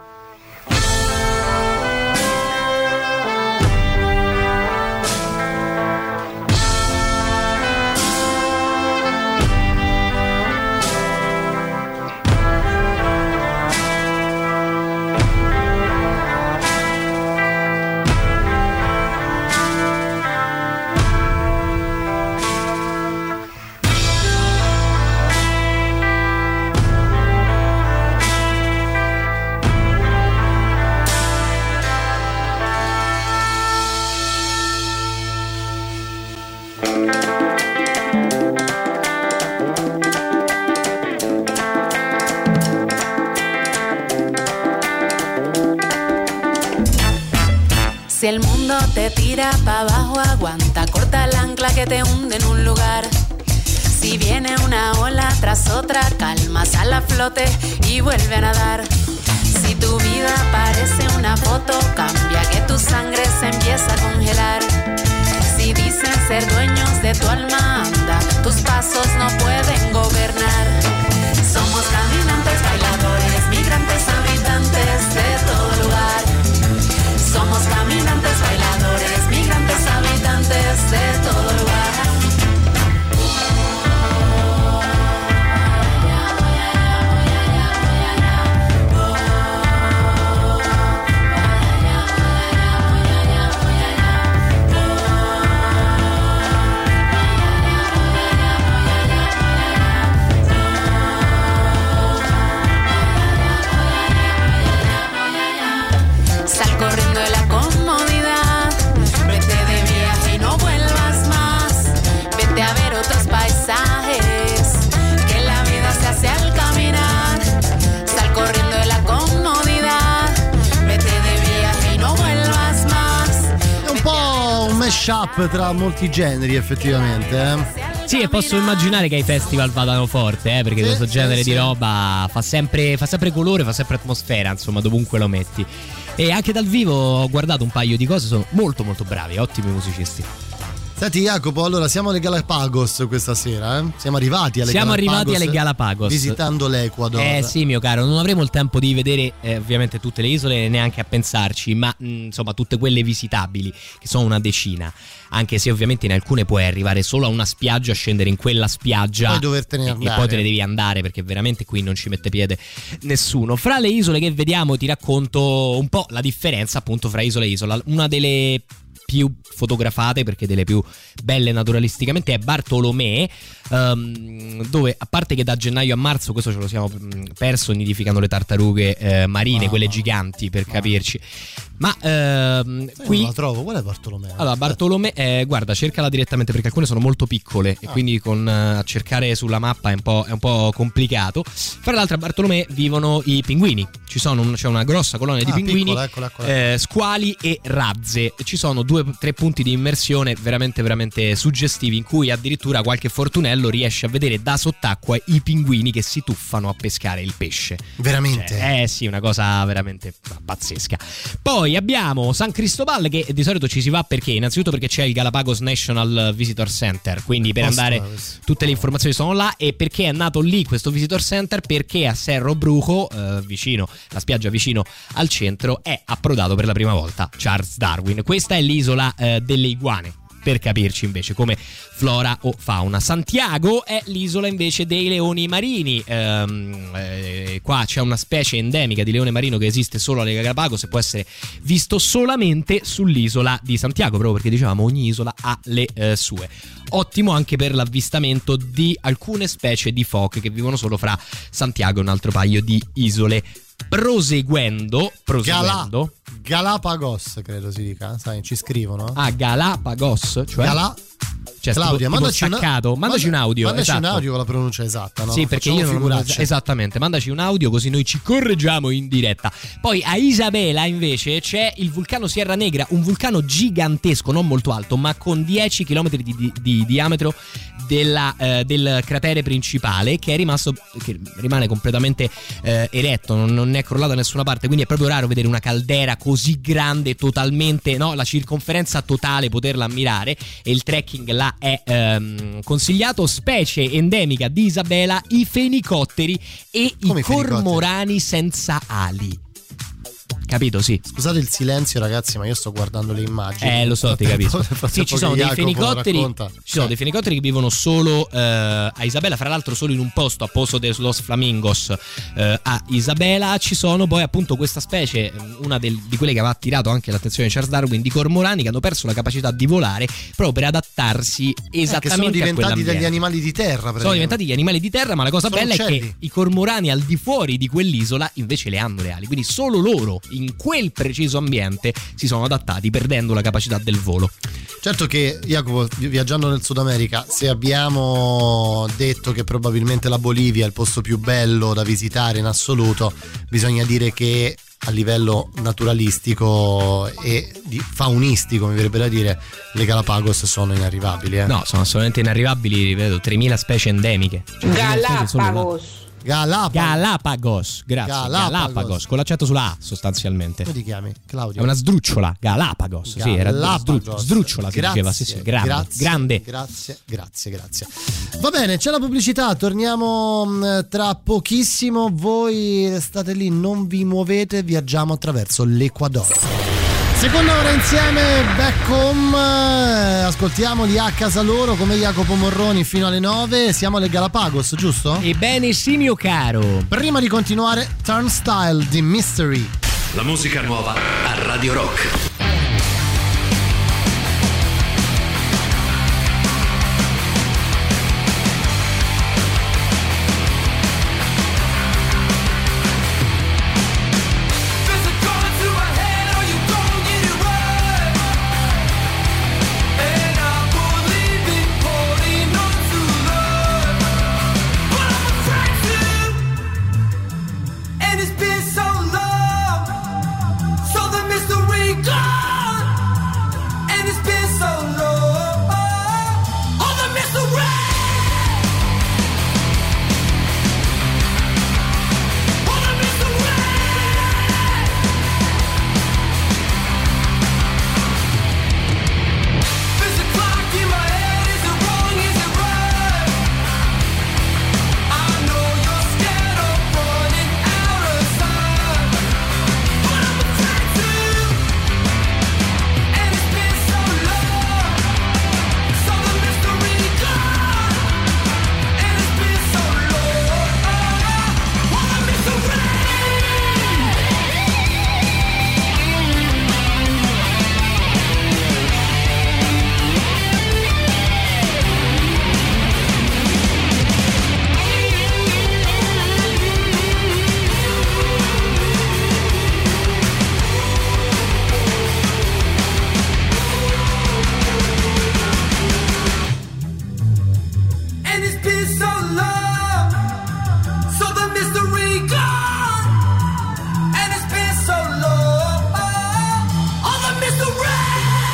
Si el mundo te tira para abajo, aguanta, corta el ancla que te hunde en un lugar. Si viene una ola tras otra, calma, sal a flote y vuelve a nadar. Si tu vida parece una foto, cambia que tu sangre se empieza a congelar. Si dicen ser dueños de tu alma, anda, tus pasos no pueden gobernar. Somos caminantes, bailadores, migrantes, mashup tra molti generi effettivamente, eh? Sì, e posso immaginare che ai festival vadano forte, eh, perché sì, questo genere sì, di sì. roba fa sempre, fa sempre colore, fa sempre atmosfera, insomma, dovunque lo metti. E anche dal vivo ho guardato un paio di cose, sono molto molto bravi, ottimi musicisti. Senti Jacopo, allora siamo alle Galapagos questa sera, eh? Siamo arrivati alle Siamo Galapagos. arrivati alle Galapagos. Visitando l'Ecuador. Eh sì, mio caro, non avremo il tempo di vedere eh, ovviamente tutte le isole, neanche a pensarci, ma mh, insomma tutte quelle visitabili, che sono una decina. Anche se ovviamente in alcune puoi arrivare solo a una spiaggia, scendere in quella spiaggia poi dovertene e, andare. e poi te ne devi andare, perché veramente qui non ci mette piede nessuno. Fra le isole che vediamo ti racconto un po' la differenza appunto fra isola e isola. Una delle più fotografate, perché delle più belle naturalisticamente, è Bartolomé, um, dove a parte che da gennaio a marzo, questo ce lo siamo perso, nidificano le tartarughe eh, marine, ah, quelle giganti per ah. capirci. Ma ehm, qui non la trovo, qual è Bartolomé? Allora Bartolomé, eh, guarda, cercala direttamente, perché alcune sono molto piccole e ah. quindi con uh, a cercare sulla mappa è un po', è un po' complicato. Fra l'altro a Bartolomé vivono i pinguini, ci sono un, c'è una grossa colonia ah, di pinguini, piccola, eccola, eccola. Eh, squali e razze. Ci sono due tre punti di immersione veramente veramente suggestivi, in cui addirittura qualche fortunello riesce a vedere da sott'acqua i pinguini che si tuffano a pescare il pesce. Veramente? Cioè, eh sì, una cosa veramente pazzesca. Poi abbiamo San Cristobal, che di solito ci si va perché? Innanzitutto perché c'è il Galapagos National Visitor Center, quindi per Posso andare tutte le informazioni sono là. E perché è nato lì questo Visitor Center? Perché a Cerro Brujo, eh, vicino, la spiaggia vicino al centro, è approdato per la prima volta Charles Darwin. Questa è l'isola eh, delle iguane, per capirci, invece, come flora o fauna. Santiago è l'isola invece dei leoni marini. Ehm, eh, qua c'è una specie endemica di leone marino che esiste solo alle Galapagos e può essere visto solamente sull'isola di Santiago, proprio perché dicevamo ogni isola ha le eh, sue. Ottimo anche per l'avvistamento di alcune specie di foche che vivono solo fra Santiago e un altro paio di isole. Proseguendo, proseguendo Gala- Galapagos credo si dica, sai, ci scrivono. Ah, Galapagos, cioè Gala- Cioè, Claudia, tipo, mandaci, tipo staccato. una, mandaci un audio. Mandaci esatto. un audio con la pronuncia esatta, no? Sì, perché Facciamo io non figuracce. esattamente. Mandaci un audio così noi ci correggiamo in diretta. Poi a Isabela invece c'è il vulcano Sierra Negra, un vulcano gigantesco, non molto alto, ma con dieci chilometri di, di, di diametro della, eh, del cratere principale, che è rimasto, che rimane completamente eh, eretto, non, non è crollato da nessuna parte. Quindi è proprio raro vedere una caldera così grande, totalmente, no? La circonferenza totale, poterla ammirare, e il trekking là è ehm, consigliato. Specie endemica di Isabela, i fenicotteri e Come i i fenicotteri? cormorani senza ali. Capito, sì. Scusate il silenzio, ragazzi, ma io sto guardando le immagini. Eh, lo so, ti capisco. Sì, ci sono dei Jacopo fenicotteri. racconta. Ci sono Eh. dei fenicotteri che vivono solo eh, a Isabela, fra l'altro solo in un posto, a Pozo de los Flamingos, eh, a Isabela. Ci sono poi appunto questa specie, una del, di quelle che aveva attirato anche l'attenzione di Charles Darwin, di cormorani che hanno perso la capacità di volare proprio per adattarsi Eh, che esattamente sono a diventati quell'ambiente. degli animali di terra. Sono diventati gli animali di terra, ma la cosa Sono bella uccelli. è che i cormorani al di fuori di quell'isola invece le hanno le ali, quindi solo loro in quel preciso ambiente si sono adattati, perdendo la capacità del volo. Certo che, Jacopo, viaggiando nel Sud America, se abbiamo detto che probabilmente la Bolivia è il posto più bello da visitare in assoluto, bisogna dire che a livello naturalistico e di faunistico, mi verrebbe da dire, le Galapagos sono inarrivabili. Eh? No, sono assolutamente inarrivabili, ripeto, tremila specie endemiche. Galapagos. Galapagos. Galapagos, grazie. Galapagos. Galapagos, con l'accento sulla A sostanzialmente. Come ti chiami? Claudio? È una sdrucciola, Galapagos, sì, era Galapagos. sdru- sdrucciola si Grazie, diceva, sì, sì, grande, grazie, grande. Grazie, grazie, grazie. Va bene, c'è la pubblicità, torniamo mh, tra pochissimo, voi restate lì, non vi muovete, viaggiamo attraverso l'Equador. Seconda ora insieme, back home, eh, ascoltiamoli a casa loro come Jacopo Morroni fino alle nove, siamo alle Galapagos, giusto? Ebbene sì, mio caro. Prima di continuare, Turnstile di Mystery. La musica nuova a Radio Rock. And it's been so long, so the mystery goes.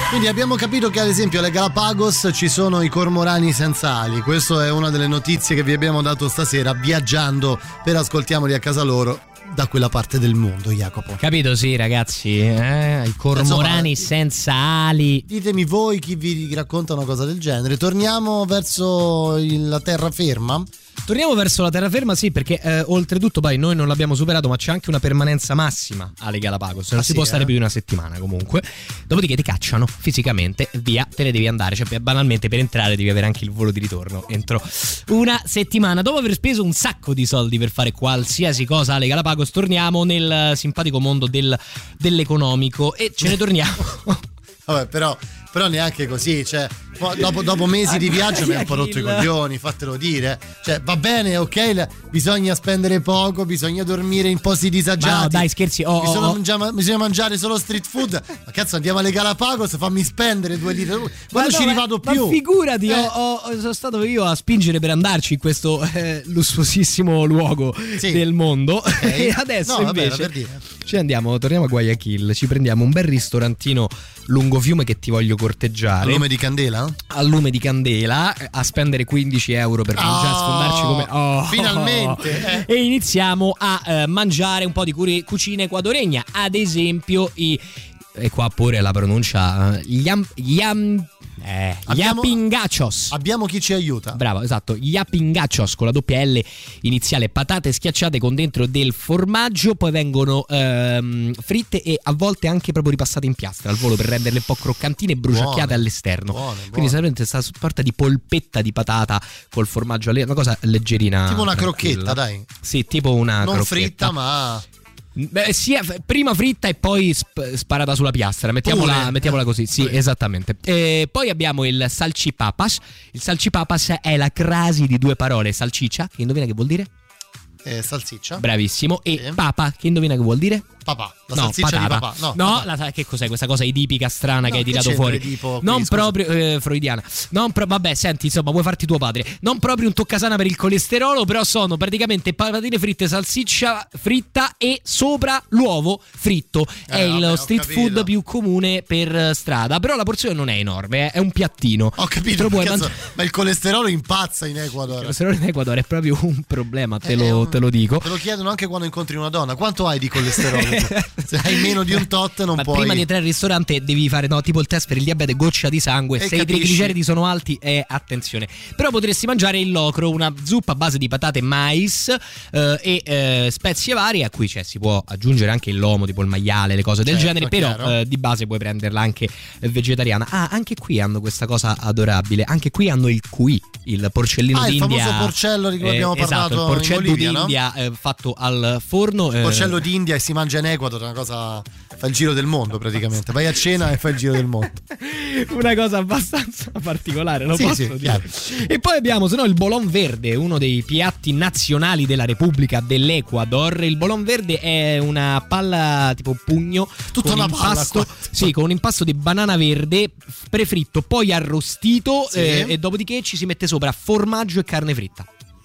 Quindi abbiamo capito che ad esempio alle Galapagos ci sono i cormorani senza ali. Questa è una delle notizie che vi abbiamo dato stasera viaggiando per Ascoltiamoli a casa loro da quella parte del mondo, Jacopo. Capito, sì, ragazzi, eh? I cormorani Insomma, senza ali. Ditemi voi chi vi racconta una cosa del genere. Torniamo verso il, la terraferma. Torniamo verso la terraferma, sì, perché eh, oltretutto poi noi non l'abbiamo superato, ma c'è anche una permanenza massima alle Galapagos. Non ah, si sì, può stare eh? più di una settimana comunque. Dopodiché ti cacciano fisicamente, via, te ne devi andare. Cioè, banalmente per entrare devi avere anche il volo di ritorno entro una settimana. Dopo aver speso un sacco di soldi per fare qualsiasi cosa alle Galapagos, torniamo nel simpatico mondo del, dell'economico e ce ne torniamo. Vabbè, però, però neanche così, cioè dopo, dopo mesi di viaggio mi ha un po' rotto i coglioni, fatelo dire. Cioè va bene, ok, bisogna spendere poco, bisogna dormire in posti disagiati. Ma no, dai, scherzi, oh, bisogna, oh, mangiare, bisogna mangiare solo street food. Ma cazzo, andiamo alle Galapagos, fammi spendere due litri. Quando ci rivado più? Ma figurati, eh. ho, ho, sono stato io a spingere per andarci in questo eh, lussuosissimo luogo sì. del mondo. Okay. E adesso no, invece vabbè, ci andiamo, torniamo a Guayaquil, ci prendiamo un bel ristorantino lungo fiume che ti voglio corteggiare. Al lume di candela? Al lume di candela, a spendere quindici euro per mangiare, oh, sfondarci come oh, finalmente eh. E iniziamo a eh, mangiare un po' di curi- cucina ecuadoregna, ad esempio i e qua pure la pronuncia yam, yam eh, abbiamo, yapingachos. Abbiamo chi ci aiuta. Bravo, esatto, yapingachos con la doppia L iniziale, patate schiacciate con dentro del formaggio, poi vengono ehm, fritte e a volte anche proprio ripassate in piastra al volo per renderle un po' croccantine e bruciacchiate buone, all'esterno. Buone, buone. Quindi sapete questa sorta di polpetta di patata col formaggio, una cosa leggerina. Tipo una crocchetta, dai. Sì, tipo una non crocchetta. fritta, ma Beh, sia prima fritta e poi sp- sparata sulla piastra, mettiamola, mettiamola così, sì, Pure. esattamente. E poi abbiamo il salchipapas. Il salchipapas è la crasi di due parole: salsiccia, che indovina che vuol dire? Eh, salsiccia. Bravissimo. E sì. Papa, che indovina che vuol dire? Papà, la no, salsiccia patata. di papà. No, no papà. La, che cos'è questa cosa idipica strana no, che hai tirato che fuori? Tipo, non qui, proprio eh, freudiana. Non pro- vabbè, senti, insomma, vuoi farti tuo padre. Non proprio un toccasana per il colesterolo, però sono praticamente patatine fritte, salsiccia fritta e sopra l'uovo fritto. Eh, è vabbè, il street food più comune per strada, però la porzione non è enorme, eh, è un piattino. Ho capito, cazzo, mangi- ma il colesterolo impazza in Ecuador. Il colesterolo in Ecuador è proprio un problema, te, lo, un... te lo dico. Te lo chiedono anche quando incontri una donna. Quanto hai di colesterolo? Se hai meno di un tot non ma puoi. Prima di entrare al ristorante devi fare no, tipo il test per il diabete, goccia di sangue. E se capisci. I trigliceridi sono alti, eh, attenzione. Però potresti mangiare il locro, una zuppa a base di patate, mais eh, e eh, spezie varie, a cui cioè, si può aggiungere anche il lomo, tipo il maiale, le cose del certo, genere. Però eh, di base puoi prenderla anche vegetariana. Ah, anche qui hanno questa cosa adorabile. Anche qui hanno il cuy, il porcellino ah, d'India. Il famoso porcello di cui eh, abbiamo parlato. Esatto, il porcello in Bolivia, d'India no? eh, fatto al forno. Il porcello d'India e si mangia in Ecuador, una cosa. Fa il giro del mondo praticamente. Vai a cena e fai il giro del mondo. Una cosa abbastanza particolare, lo sì, posso sì, dire. Chiaro. E poi abbiamo, se no, il bolon verde, uno dei piatti nazionali della Repubblica dell'Ecuador. Il bolon verde è una palla tipo pugno, tutta con una impasto, palla. Sì, con un impasto di banana verde prefritto, poi arrostito sì. eh, e dopodiché ci si mette sopra formaggio e carne fritta.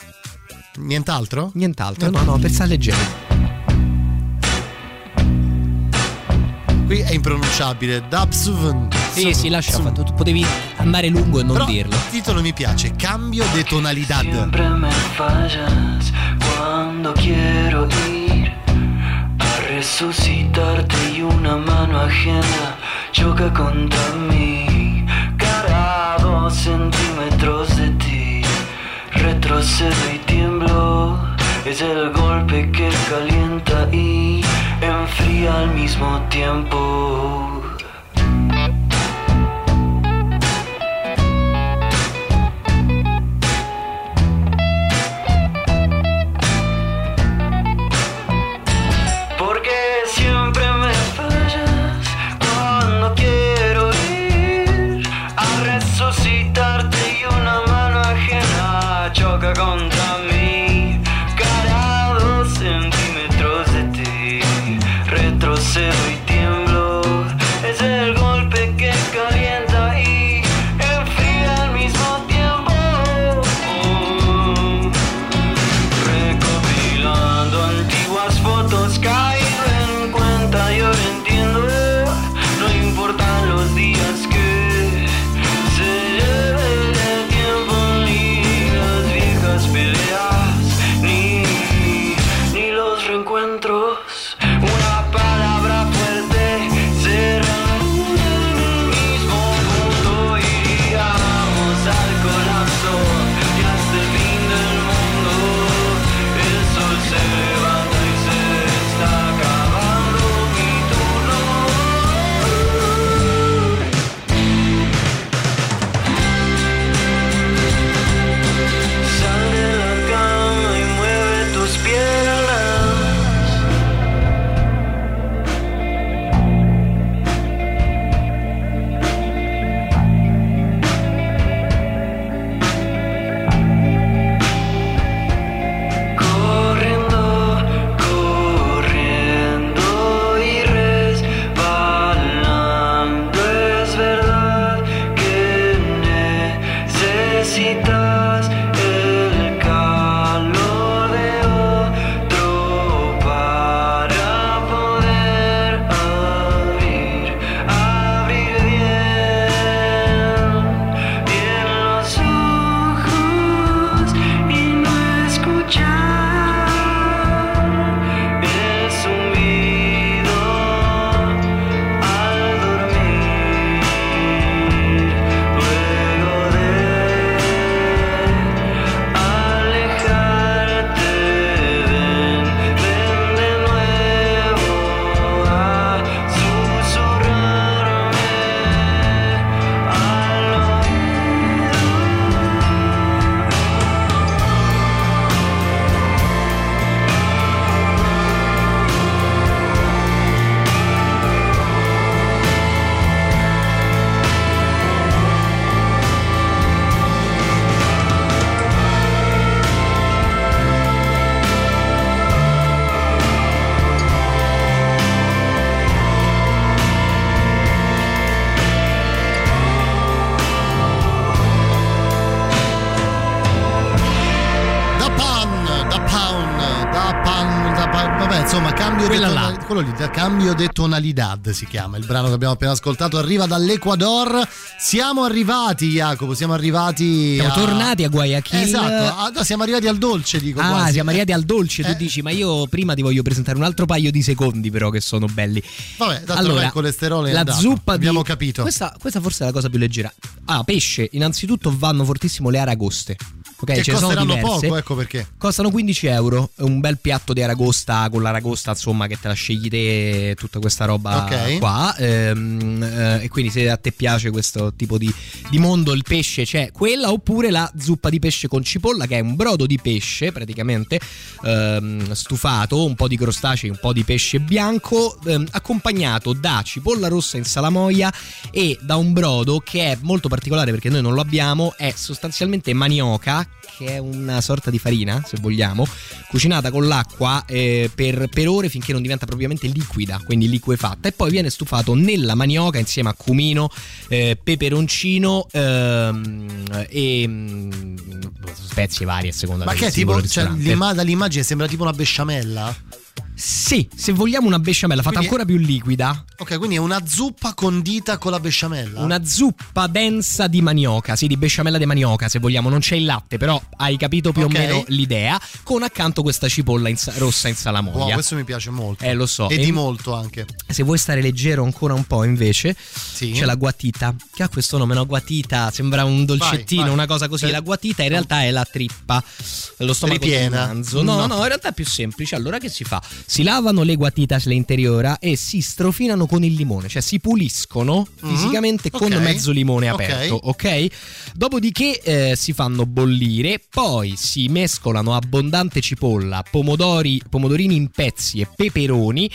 Nient'altro? Nient'altro, no, no, per stare leggero. Qui è impronunciabile. Dabsuvn. Sì, sì, lascia fatto. Tu potevi andare lungo e non Però dirlo. Il titolo mi piace. Cambio de tonalidad. Siempre me fallas cuando quiero ir a resucitarte y una mano ajena choca contra mí. Cara a dos centímetros de ti retrocedo y tiemblo. Es el golpe que calienta y enfría al mismo tiempo. Porque siempre me fallas cuando quiero ir a resucitarte y una mano ajena choca contra mí. Cara a dos centímetros de ti retrocedo y tiemblo. insomma, cambio Quella de là. tonalità, quello lì, cambio de tonalidad si chiama il brano che abbiamo appena ascoltato, arriva dall'Ecuador. Siamo arrivati, Jacopo, siamo arrivati siamo a... tornati a Guayaquil. Esatto, ah, no, siamo arrivati al dolce, dico Ah, quasi. siamo arrivati al dolce, tu Eh. dici, ma io prima ti voglio presentare un altro paio di secondi però che sono belli. Vabbè, tanto Allora, ormai il colesterolo è la andato, zuppa abbiamo di... capito. Questa, questa forse è la cosa più leggera. Ah, pesce, innanzitutto vanno fortissimo le aragoste. Ok, che ce ne sono costeranno diverse. poco, ecco perché. Costano quindici euro, un bel piatto di aragosta con l'aragosta, insomma, che te la scegli te, tutta questa roba Ok. qua. Ehm, eh, e quindi se a te piace questo tipo di, di mondo, il pesce c'è quella, oppure la zuppa di pesce con cipolla, che è un brodo di pesce praticamente ehm, stufato, un po' di crostacei, un po' di pesce bianco, ehm, accompagnato da cipolla rossa in salamoia e da un brodo che è molto particolare perché noi non lo abbiamo, è sostanzialmente manioca, che è una sorta di farina, se vogliamo, cucinata con l'acqua eh, per, per ore finché non diventa propriamente liquida, quindi liquefatta, e poi viene stufato nella manioca insieme a cumino, eh, peperoncino ehm, e mh, spezie varie a seconda Ma del che è singolo tipo, cioè, ristorante. l'ima- dall'immagine sembra tipo una besciamella? Sì, se vogliamo una besciamella fatta Quindi è- ancora più liquida. Ok, quindi è una zuppa condita con la besciamella. Una zuppa densa di manioca, sì, di besciamella di manioca, se vogliamo. Non c'è il latte, però hai capito più Ok. o meno l'idea. Con accanto questa cipolla in sa- rossa in salamoia. Wow, questo mi piace molto. Eh, lo so. E E di in- molto anche. Se vuoi stare leggero ancora un po', invece, Sì. c'è la guatita, che ha questo nome, no? Guatita, sembra un dolcettino, Vai, vai. una cosa così. Eh. La guatita in realtà è la trippa, lo stomaco Ripiena? di manzo. No, No. no, in realtà è più semplice. Allora che si fa? Si lavano le guatitas le interiora e si strofinano con il limone, cioè si puliscono Mhm. fisicamente con Ok. mezzo limone Ok. aperto, ok? Dopodiché eh, si fanno bollire, poi si mescolano abbondante cipolla, pomodori, pomodorini in pezzi e peperoni,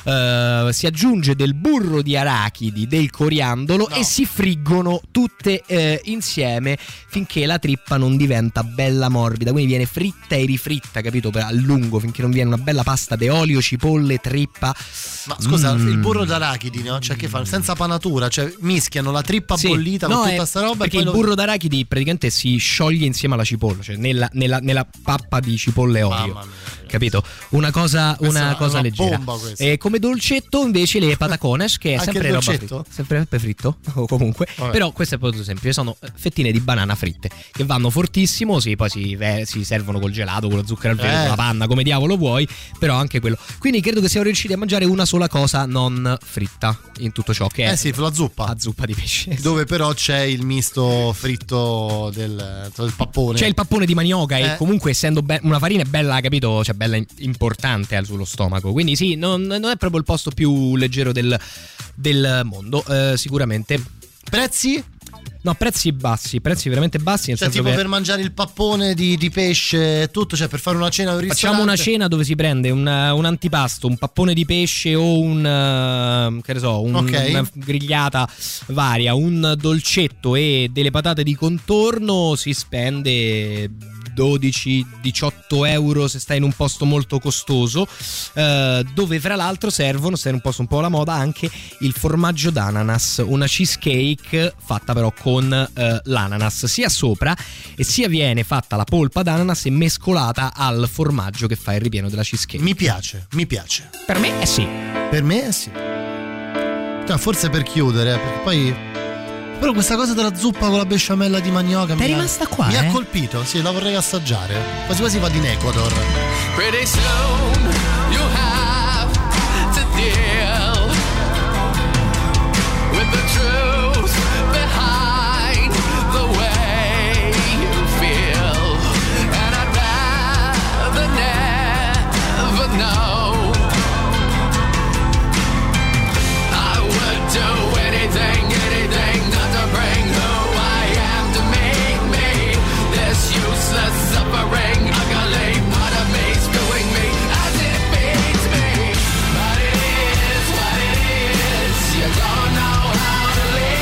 eh, si aggiunge del burro di arachidi, del coriandolo No. e si friggono tutte eh, insieme finché la trippa non diventa bella morbida, quindi viene fritta e rifritta, capito, per a lungo, finché non viene una bella pasta di olio, cipolle, trippa. Ma scusa, Mm. il burro d'arachidi, no? Cioè che fanno? Senza panatura, cioè mischiano la trippa Sì. bollita No, con è tutta sta roba perché e poi il lo- burro d'arachidi praticamente si scioglie insieme alla cipolla, cioè nella, nella, nella pappa di cipolla e olio. Mamma mia. Capito? Una cosa, Questa una è cosa una leggera. bomba questa. E come dolcetto invece le patacones, che è Anche sempre il roba dolcetto? fritta, sempre sempre fritto o comunque. Vabbè. Però questo è proprio semplice, sono fettine di banana fritte che vanno fortissimo, sì, poi si, ve- si servono col gelato, con lo zucchero al velo, Eh. con la panna, come diavolo vuoi, però anche quello. Quindi credo che siamo riusciti a mangiare una sola cosa non fritta in tutto ciò, che è Eh sì, la zuppa. la zuppa di pesce. Dove però c'è il misto fritto del, del pappone. C'è il pappone di manioca Eh. e comunque essendo be- una farina è bella, capito? Cioè bella in- importante eh, sullo stomaco. Quindi sì, non, non è proprio il posto più leggero del, del mondo, eh, sicuramente. Prezzi? No, prezzi bassi, prezzi veramente bassi. Nel Cioè senso tipo che per mangiare il pappone di, di pesce e tutto, cioè per fare una cena a un ristorante. facciamo una cena dove si prende un, un antipasto, un pappone di pesce o un, eh, che ne so, un- Ok. una grigliata varia, un dolcetto e delle patate di contorno, si spende dodici diciotto euro se stai in un posto molto costoso, eh, dove fra l'altro servono, se è un posto un po' alla moda, anche il formaggio d'ananas, una cheesecake fatta però con eh, l'ananas sia sopra e sia viene fatta la polpa d'ananas e mescolata al formaggio che fa il ripieno della cheesecake. Mi piace, mi piace. Per me è sì. Per me è sì. Cioè, forse per chiudere, perché poi. Però questa cosa della zuppa con la besciamella di manioca T'è mi, rimasta ha, qua, mi eh? ha colpito, sì, la vorrei assaggiare. Quasi quasi vado in Ecuador. Pretty soon you'll have to deal with the truth behind the way you feel, and I'd rather never know. I would do anything, anything not to bring who I am to make me this useless suffering, ugly part of me screwing me as it beats me. But it is what it is. You don't know how to live.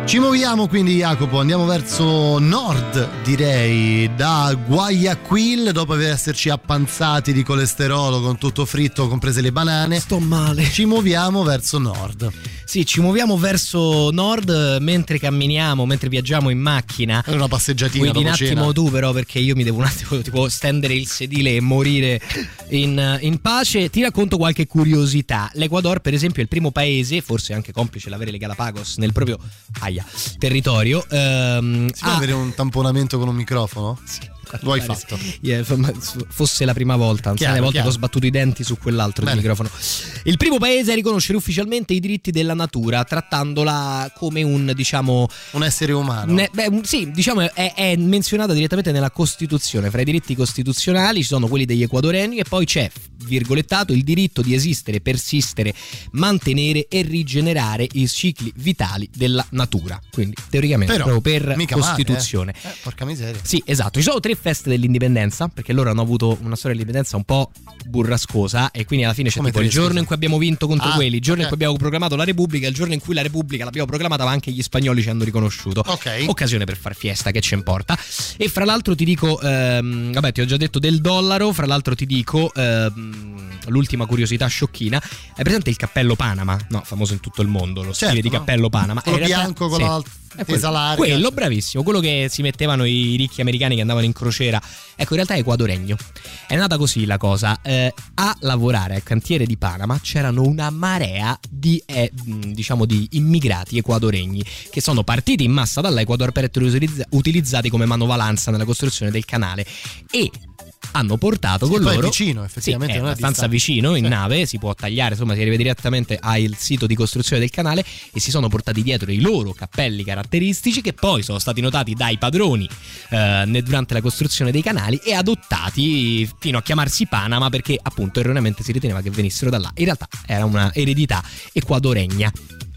Ci muoviamo quindi, Jacopo, andiamo verso nord, direi, da Guayaquil, dopo aver esserci appanzati di colesterolo con tutto fritto, comprese le banane. Sto male. Ci muoviamo verso nord. Sì, ci muoviamo verso nord mentre camminiamo, mentre viaggiamo in macchina. È una passeggiatina. Guidi un attimo cena. tu però, perché io mi devo un attimo tipo stendere il sedile e morire in, in pace. Ti racconto qualche curiosità. L'Ecuador, per esempio, è il primo paese, forse anche complice l'avere le Galapagos nel proprio aia, territorio. Ehm, si può ha... avere un tamponamento con un microfono? Sì. Lo hai fatto? Yeah, fosse la prima volta, anzi le volte chiaro. che ho sbattuto i denti su quell'altro di microfono. Il primo paese a riconoscere ufficialmente i diritti della natura, trattandola come un, diciamo, un essere umano. Ne, beh, sì, diciamo è, è menzionata direttamente nella Costituzione. Fra i diritti costituzionali ci sono quelli degli ecuadoriani e poi c'è, virgolettato, il diritto di esistere, persistere, mantenere e rigenerare i cicli vitali della natura. Quindi teoricamente Però, proprio per Costituzione. Male, eh? Eh, porca miseria. Sì, esatto. Ci sono tre feste dell'indipendenza, perché loro hanno avuto una storia dell'indipendenza un po' burrascosa e quindi alla fine c'è Come tipo il tre, giorno scusa? in cui abbiamo vinto contro Ah, quelli, il giorno okay. in cui abbiamo proclamato la Repubblica, il giorno in cui la Repubblica l'abbiamo proclamata ma anche gli spagnoli ci hanno riconosciuto. Ok. Occasione per far fiesta, che ci importa. E fra l'altro ti dico, ehm, vabbè ti ho già detto del dollaro, fra l'altro ti dico ehm, l'ultima curiosità sciocchina. Hai presente il cappello Panama? No, famoso in tutto il mondo, lo stile Certo, di no? cappello Panama. Quello Eh, in realtà- bianco con sì. la È quello, tesa larga. quello, bravissimo, quello che si mettevano i ricchi americani che andavano in crociera. Ecco, in realtà è ecuadoregno. È nata così la cosa. Eh, a lavorare al cantiere di Panama c'erano una marea di, eh, diciamo, di immigrati ecuadoregni che sono partiti in massa dall'Ecuador per essere utilizz- utilizzati come manovalanza nella costruzione del canale e hanno portato Sì, con poi è loro, vicino, effettivamente, sì, è non è abbastanza distante. vicino in Sì. nave, si può tagliare, insomma si arriva direttamente al sito di costruzione del canale e si sono portati dietro i loro cappelli caratteristici che poi sono stati notati dai padroni eh, ne- durante la costruzione dei canali e adottati fino a chiamarsi Panama, perché appunto erroneamente si riteneva che venissero da là. In realtà era una eredità ecuadoregna.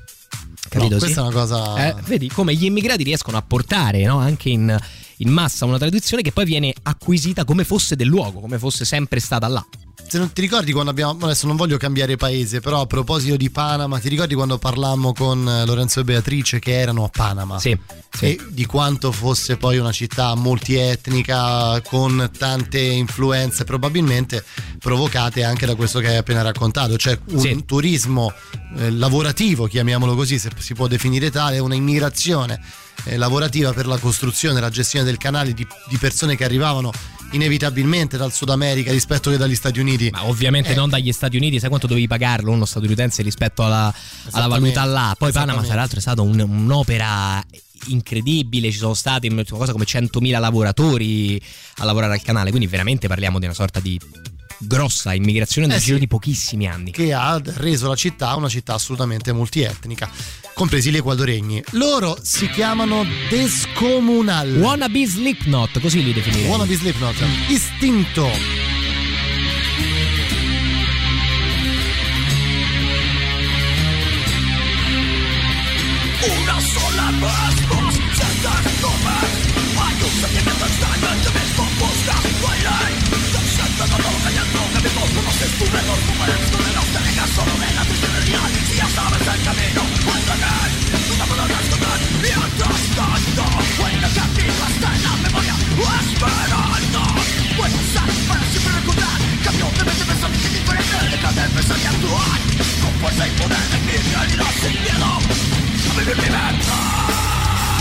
Capito? No, Sì? questa è una cosa. Eh, vedi come gli immigrati riescono a portare, no, anche in, in massa una tradizione che poi viene acquisita come fosse del luogo, come fosse sempre stata là. Se non ti ricordi quando abbiamo, adesso non voglio cambiare paese, però a proposito di Panama, ti ricordi quando parlammo con Lorenzo e Beatrice che erano a Panama? Sì, sì. E di quanto fosse poi una città multietnica con tante influenze probabilmente provocate anche da questo che hai appena raccontato, cioè un Sì. turismo eh, lavorativo, chiamiamolo così, se si può definire tale, una immigrazione eh, lavorativa per la costruzione e la gestione del canale di, di persone che arrivavano inevitabilmente dal Sud America rispetto che dagli Stati Uniti. Ma ovviamente Eh. non dagli Stati Uniti, sai quanto dovevi pagarlo uno statunitense rispetto alla, alla valuta là. Poi Panama tra l'altro è stata un, un'opera incredibile, ci sono stati una cosa come centomila lavoratori a lavorare al canale, quindi veramente parliamo di una sorta di grossa immigrazione nel Eh giro sì. di pochissimi anni. Che ha reso la città una città assolutamente multietnica, compresi gli ecuadoregni. Loro si chiamano Descomunal. Wannabe Slipknot, così li definirei. Wannabe Slipknot. Istinto. Una sola vez más sientes comer. Hay un sentimiento extraño en tu mismo busca. Bailé, te siento dolor cayendo que mi voz conoces tú de los momentos donde no te dejas solo de la triste realidad. Si ya sabes el camino, andré. Tú te podrás esconder mientras tanto. Cuenta que activaste la memoria esperando. Puedo usar para siempre recordar. Cambio de mente pensando que es diferente. Deja de pensar y actuar. Con fuerza y poder en mi realidad sin miedo. A vivir mi verdad.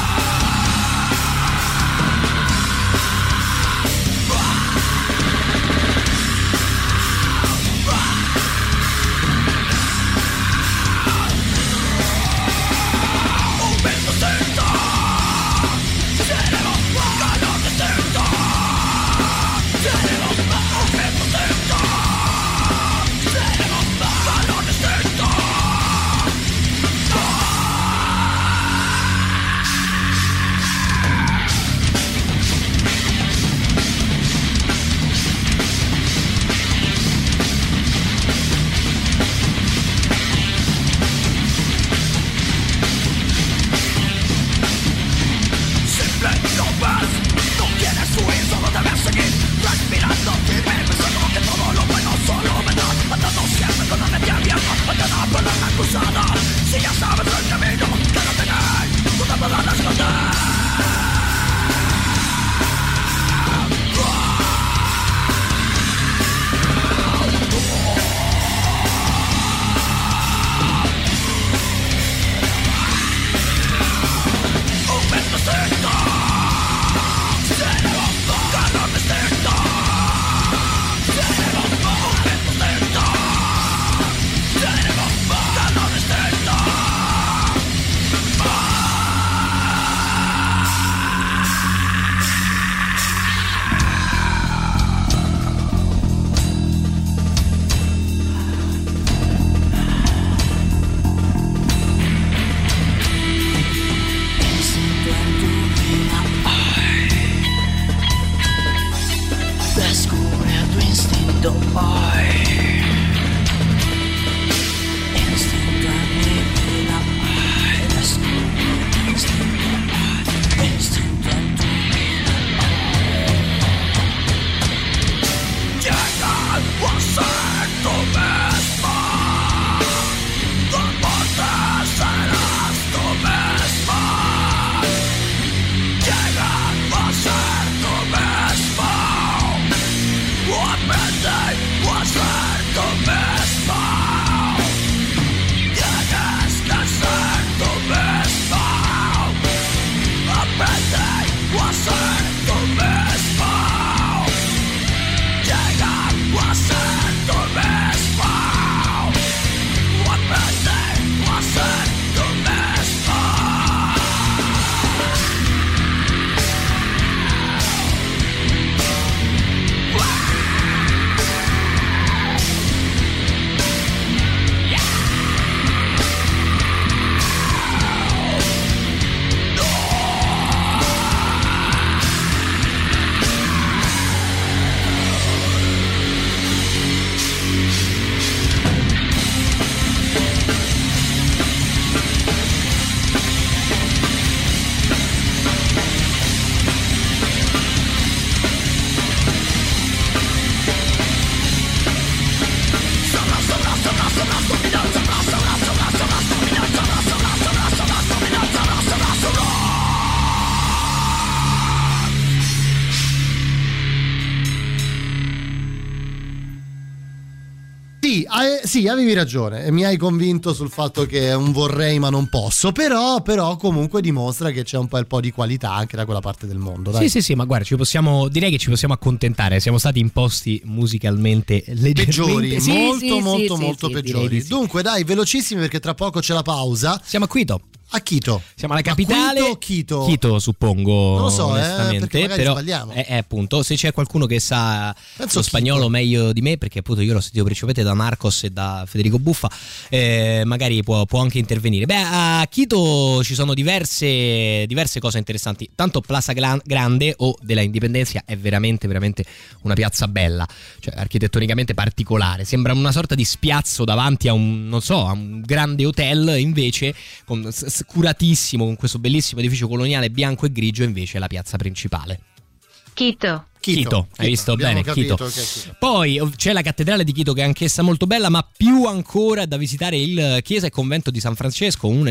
Eh, sì, avevi ragione e mi hai convinto sul fatto che è un vorrei ma non posso, però, però comunque dimostra che c'è un bel po' di qualità anche da quella parte del mondo, dai. Sì, sì, sì, ma guarda, ci possiamo, direi che ci possiamo accontentare, siamo stati imposti musicalmente leggermente peggiori, sì, molto sì, molto sì, molto sì, peggiori. sì. Dunque dai, velocissimi perché tra poco c'è la pausa. Siamo a Quito. A Quito. Siamo alla capitale. Quito, Quito. Quito, suppongo. Non lo so, onestamente, eh, però sbagliamo. è, è appunto, se c'è qualcuno che sa Penso lo spagnolo Quito. meglio di me, perché appunto io l'ho sentito principalmente da Marcos e da Federico Buffa, eh, magari può, può anche intervenire. Beh, a Quito ci sono diverse, diverse cose interessanti. Tanto Plaza Grande o della Independencia è veramente, veramente una piazza bella, cioè architettonicamente particolare. Sembra una sorta di spiazzo davanti a un, non so, a un grande hotel, invece con curatissimo, con questo bellissimo edificio coloniale bianco e grigio, invece è la piazza principale. Quito. Quito, Quito, hai visto bene, Quito. Che è Quito. Poi c'è la cattedrale di Quito che è anch'essa molto bella, ma più ancora da visitare il chiesa e convento di San Francesco, un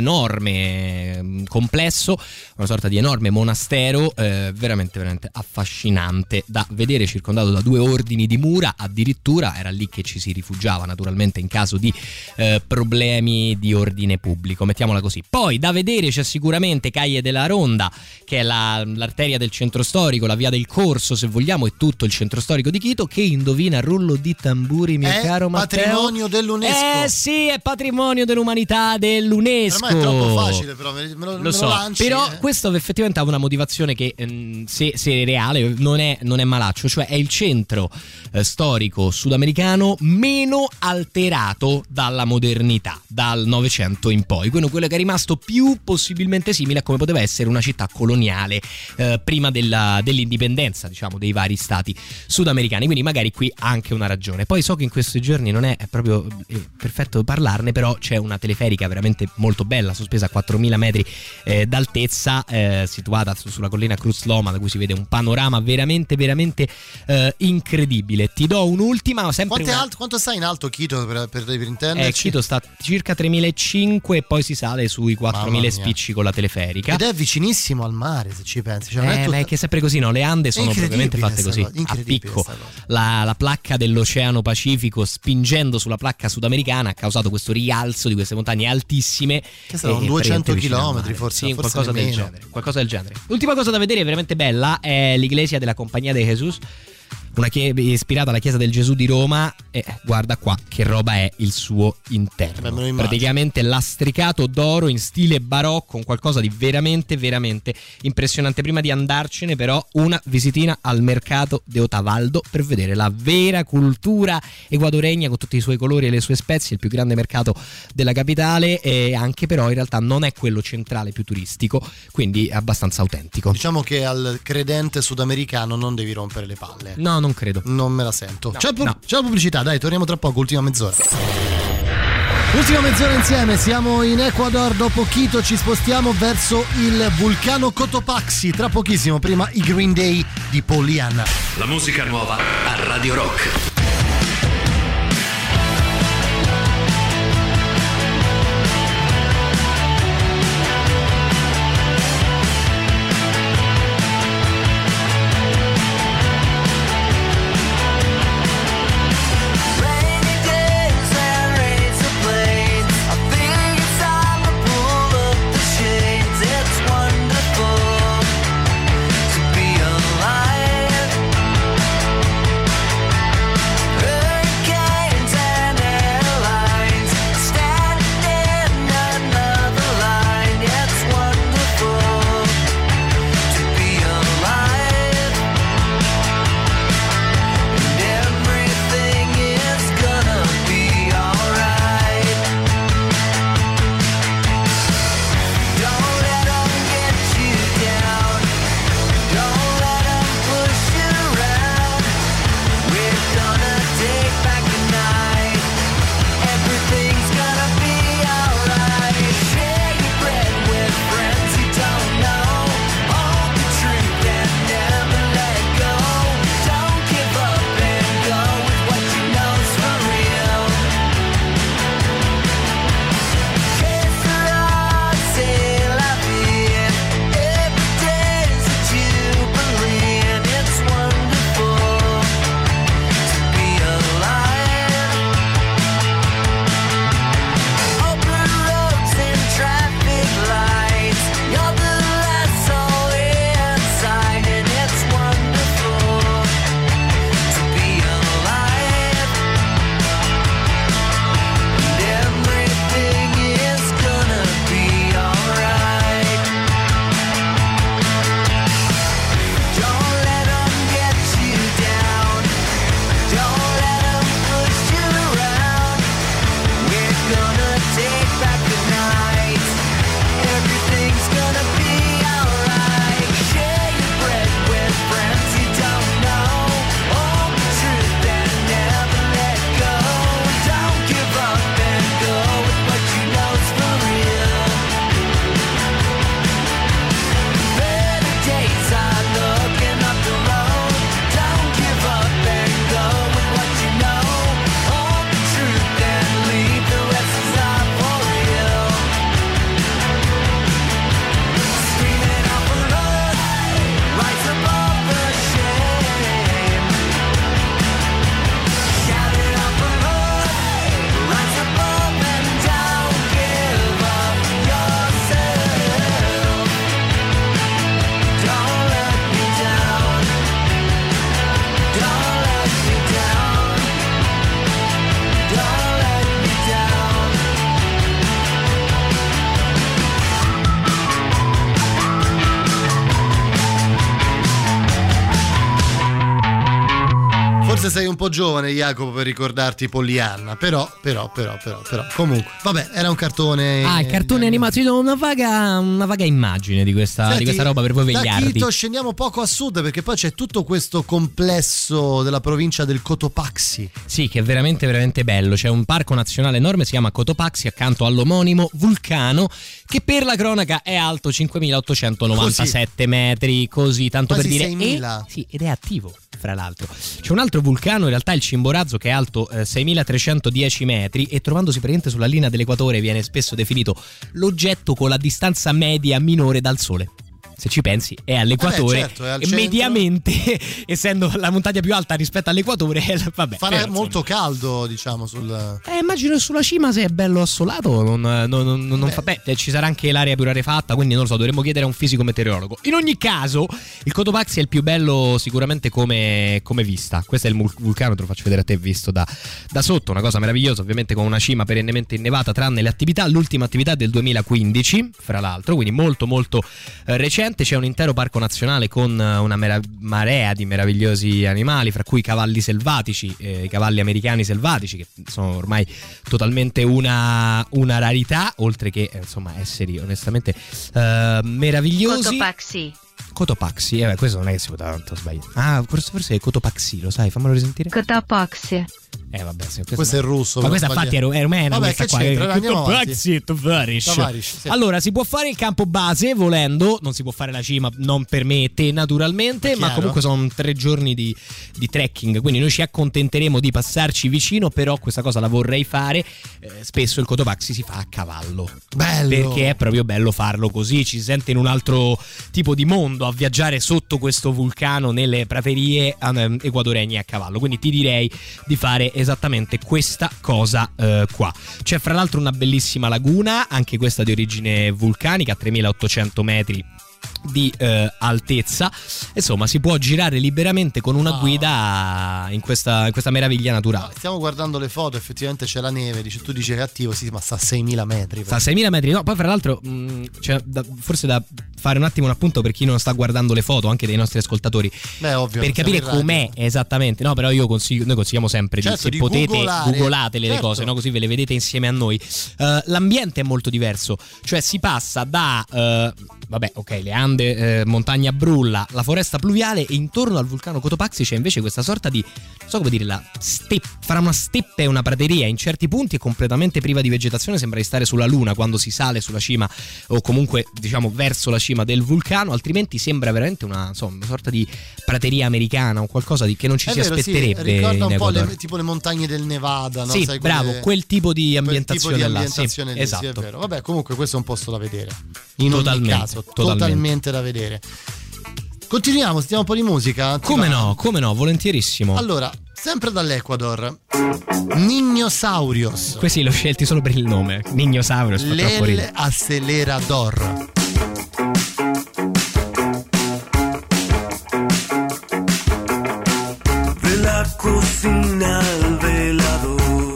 enorme complesso, una sorta di enorme monastero, eh, veramente veramente affascinante da vedere, circondato da due ordini di mura, addirittura era lì che ci si rifugiava naturalmente in caso di eh, problemi di ordine pubblico, mettiamola così. Poi da vedere c'è sicuramente Calle della Ronda, che è la, l'arteria del centro storico, la via del Corso, se vogliamo, è tutto il centro storico di Quito, che indovina, rullo di tamburi, mio è caro Matteo, patrimonio dell'UNESCO. Eh sì, è patrimonio dell'umanità dell'UNESCO. Per me è troppo facile, però me lo, lo me so, lo lanci, però eh. questo effettivamente ha una motivazione che ehm, se, se è reale non è, non è malaccio, cioè è il centro eh, storico sudamericano meno alterato dalla modernità, dal Novecento in poi, quindi quello che è rimasto più possibilmente simile a come poteva essere una città coloniale eh, prima della, dell'indipendenza, diciamo, dei vari stati sudamericani, quindi magari qui ha anche una ragione. Poi so che in questi giorni non è proprio eh, perfetto parlarne, però c'è una teleferica veramente molto bella, sospesa a quattromila metri eh, d'altezza, eh, situata su, sulla collina Cruz Loma, da cui si vede un panorama veramente veramente eh, incredibile. Ti do un'ultima, sempre Quanto, una... è alto, quanto sta in alto Quito, per, per, per Eh, intenderci? Quito sta circa tremilacinquecento e poi si sale sui quattromila Mamma mia. spicci con la teleferica. Ed è vicinissimo al mare, se ci pensi. Cioè, non è Eh, tutta- ma è che è sempre così, no? Le Ande sono propriamente fatte così, sta cosa, a incredibile picco. sta cosa. La, la placca dell'Oceano Pacifico, spingendo sulla placca sudamericana, ha causato questo rialzo di queste montagne altissime. Che saranno e duecento praticamente vicino al chilometri, mare. forse, Sì, forse qualcosa del nemmeno. genere, qualcosa del genere. L'ultima cosa da vedere veramente bella è l'iglesia della Compagnia de Jesus, una che è ispirata alla chiesa del Gesù di Roma, e guarda qua che roba è il suo interno. Eh beh, me lo immagino. Praticamente lastricato d'oro in stile barocco, con qualcosa di veramente veramente impressionante. Prima di andarcene però una visitina al mercato de Otavaldo per vedere la vera cultura ecuadoregna con tutti i suoi colori e le sue spezie, il più grande mercato della capitale, e anche però in realtà non è quello centrale più turistico, quindi è abbastanza autentico. Diciamo che al credente sudamericano non devi rompere le palle. No, non credo. Non me la sento. No, c'è, pu- no. c'è la pubblicità, dai, torniamo tra poco, ultima mezz'ora. Ultima mezz'ora insieme, siamo in Ecuador, dopo Quito ci spostiamo verso il vulcano Cotopaxi, tra pochissimo, prima i Green Day di Pollyanna. La musica nuova a Radio Rock. Alive. Forse sei un po' giovane, Jacopo, per ricordarti Pollyanna, però, però, però, però, però. Comunque, vabbè, era un cartone. Ah, il cartone animato. Io ho una vaga, una vaga immagine di questa, Senti, di questa roba per voi vegliardi. Da Quito scendiamo poco a sud, perché poi c'è tutto questo complesso della provincia del Cotopaxi. Sì, che è veramente, veramente bello. C'è un parco nazionale enorme, si chiama Cotopaxi, accanto all'omonimo vulcano, che per la cronaca è alto cinquemilaottocentonovantasette metri, così, tanto quasi per dire. seimila. E, sì, ed è attivo, fra l'altro. C'è un altro vulcano, in realtà il Chimborazo, che è alto eh, seimilatrecentodieci metri e trovandosi praticamente sulla linea dell'equatore viene spesso definito l'oggetto con la distanza media minore dal Sole. Se ci pensi è all'equatore, eh beh, certo, è al e mediamente essendo la montagna più alta rispetto all'equatore, vabbè, farà però, molto caldo, diciamo, sul eh, immagino che sulla cima, se è bello assolato, non, non, non, non fa. Beh, ci sarà anche l'aria più rarefatta, quindi non lo so, dovremmo chiedere a un fisico meteorologo. In ogni caso, il Cotopaxi è il più bello sicuramente come, come vista. Questo è il vulcano, te lo faccio vedere a te visto da, da sotto, una cosa meravigliosa, ovviamente con una cima perennemente innevata, tranne le attività. L'ultima attività è del duemilaquindici, fra l'altro, quindi molto molto eh, recente. C'è un intero parco nazionale con una mera- marea di meravigliosi animali, fra cui i cavalli selvatici, eh, i cavalli americani selvatici, che sono ormai totalmente una, una rarità, oltre che eh, insomma esseri onestamente eh, meravigliosi. Cotopaxi. Cotopaxi, eh, questo non è che si può tanto sbagliare. Ah, forse, forse è Cotopaxi, lo sai, fammelo risentire. Cotopaxi. Eh vabbè, sì, questo, questo è il russo. Ma questa infatti è rumena. Vabbè, questa che qua c'entra? Andiamo Cotopaxi, Tovarish. Tovarish, sì. Allora, si può fare il campo base volendo, non si può fare la cima, non per me e te naturalmente, ma comunque sono tre giorni di, di trekking, quindi noi ci accontenteremo di passarci vicino, però questa cosa la vorrei fare. Eh, spesso il Cotopaxi si fa a cavallo. Bello! Perché è proprio bello farlo così, ci si sente in un altro tipo di mondo a viaggiare sotto questo vulcano nelle praterie um, equatoriane a cavallo, quindi ti direi di fare esattamente questa cosa eh, qua. C'è fra l'altro una bellissima laguna, anche questa di origine vulcanica, a tremilaottocento metri di eh, altezza. Insomma, si può girare liberamente con una guida in questa, in questa meraviglia naturale. No, stiamo guardando le foto, effettivamente c'è la neve, dice, tu dici che è attivo, sì, ma sta a seimila metri. Sta a seimila metri, no, poi fra l'altro mh, c'è da, forse da fare un attimo un appunto per chi non sta guardando le foto, anche dei nostri ascoltatori. Beh, ovvio, per capire com'è esattamente, no, però io consiglio, noi consigliamo sempre, certo, di, se di potete googolare, googolatele certo. le cose, no? Così ve le vedete insieme a noi. Uh, l'ambiente è molto diverso, cioè si passa da uh, vabbè, ok, le Ande, eh, montagna Brulla, la foresta pluviale, e intorno al vulcano Cotopaxi c'è invece questa sorta di, non so come dire, la step, fra una steppa e una prateria. In certi punti è completamente priva di vegetazione, sembra di stare sulla luna quando si sale sulla cima, o comunque diciamo verso la cima del vulcano, altrimenti sembra veramente una, insomma, una sorta di prateria americana o qualcosa di, che non ci è si vero, aspetterebbe. Sì, ricorda un in po' Ecuador. le, tipo le montagne del Nevada, no? Sì, Sai, bravo, quelle, quel tipo di ambientazione, quel tipo di là, ambientazione sì, lì, esatto. sì, è vero. Vabbè, comunque questo è un posto da vedere. In totalmente, ogni caso, totalmente. totalmente da vedere. Continuiamo, stiamo un po' di musica. Ti Come va? no, come no, volentierissimo. Allora, sempre dall'Ecuador, Niñosaurios. Questi l'ho scelti solo per il nome, Niñosaurios, fa troppo ridere. L'El Acelerador. De la cocina al velador,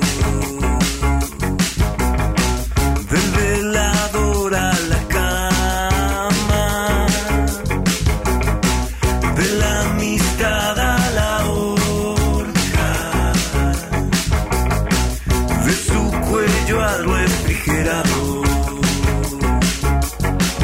del velador a la cama, de la amistad a la horca, de su cuello al refrigerador.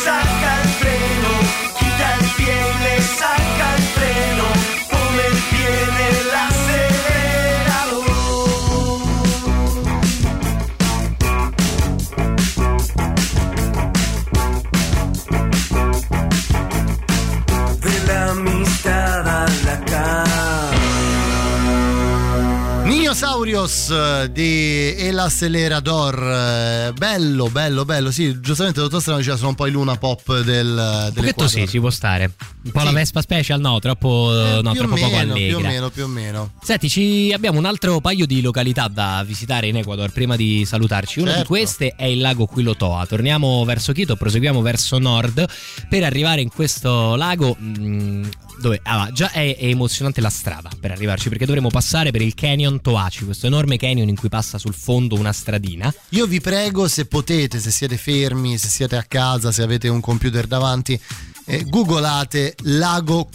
sacca il freno, chi dà il piede sacca il freno, come il piede l'acceleralo. Della amistad alla cara. Ninosaurios di El Acelerador, bello, bello, bello. Sì, giustamente il dottor Strano diceva sono un po' i Luna Pop del Pochetto sì, ci può stare. Un po' sì. La Vespa Special, no, troppo, eh, no, troppo meno, poco allegra. Più o meno, più o meno. Senti, ci abbiamo un altro paio di località da visitare in Ecuador prima di salutarci. Una certo. di queste è il lago Quilotoa. Torniamo verso Quito, proseguiamo verso nord per arrivare in questo lago mh, dove ah, già è, è emozionante la strada per arrivarci, perché dovremo passare per il Canyon Toachi, questo enorme canyon in cui passa sul fondo una stradina. Io vi prego, se potete, se siete fermi, se siete a casa, se avete un computer davanti, eh, googolate lago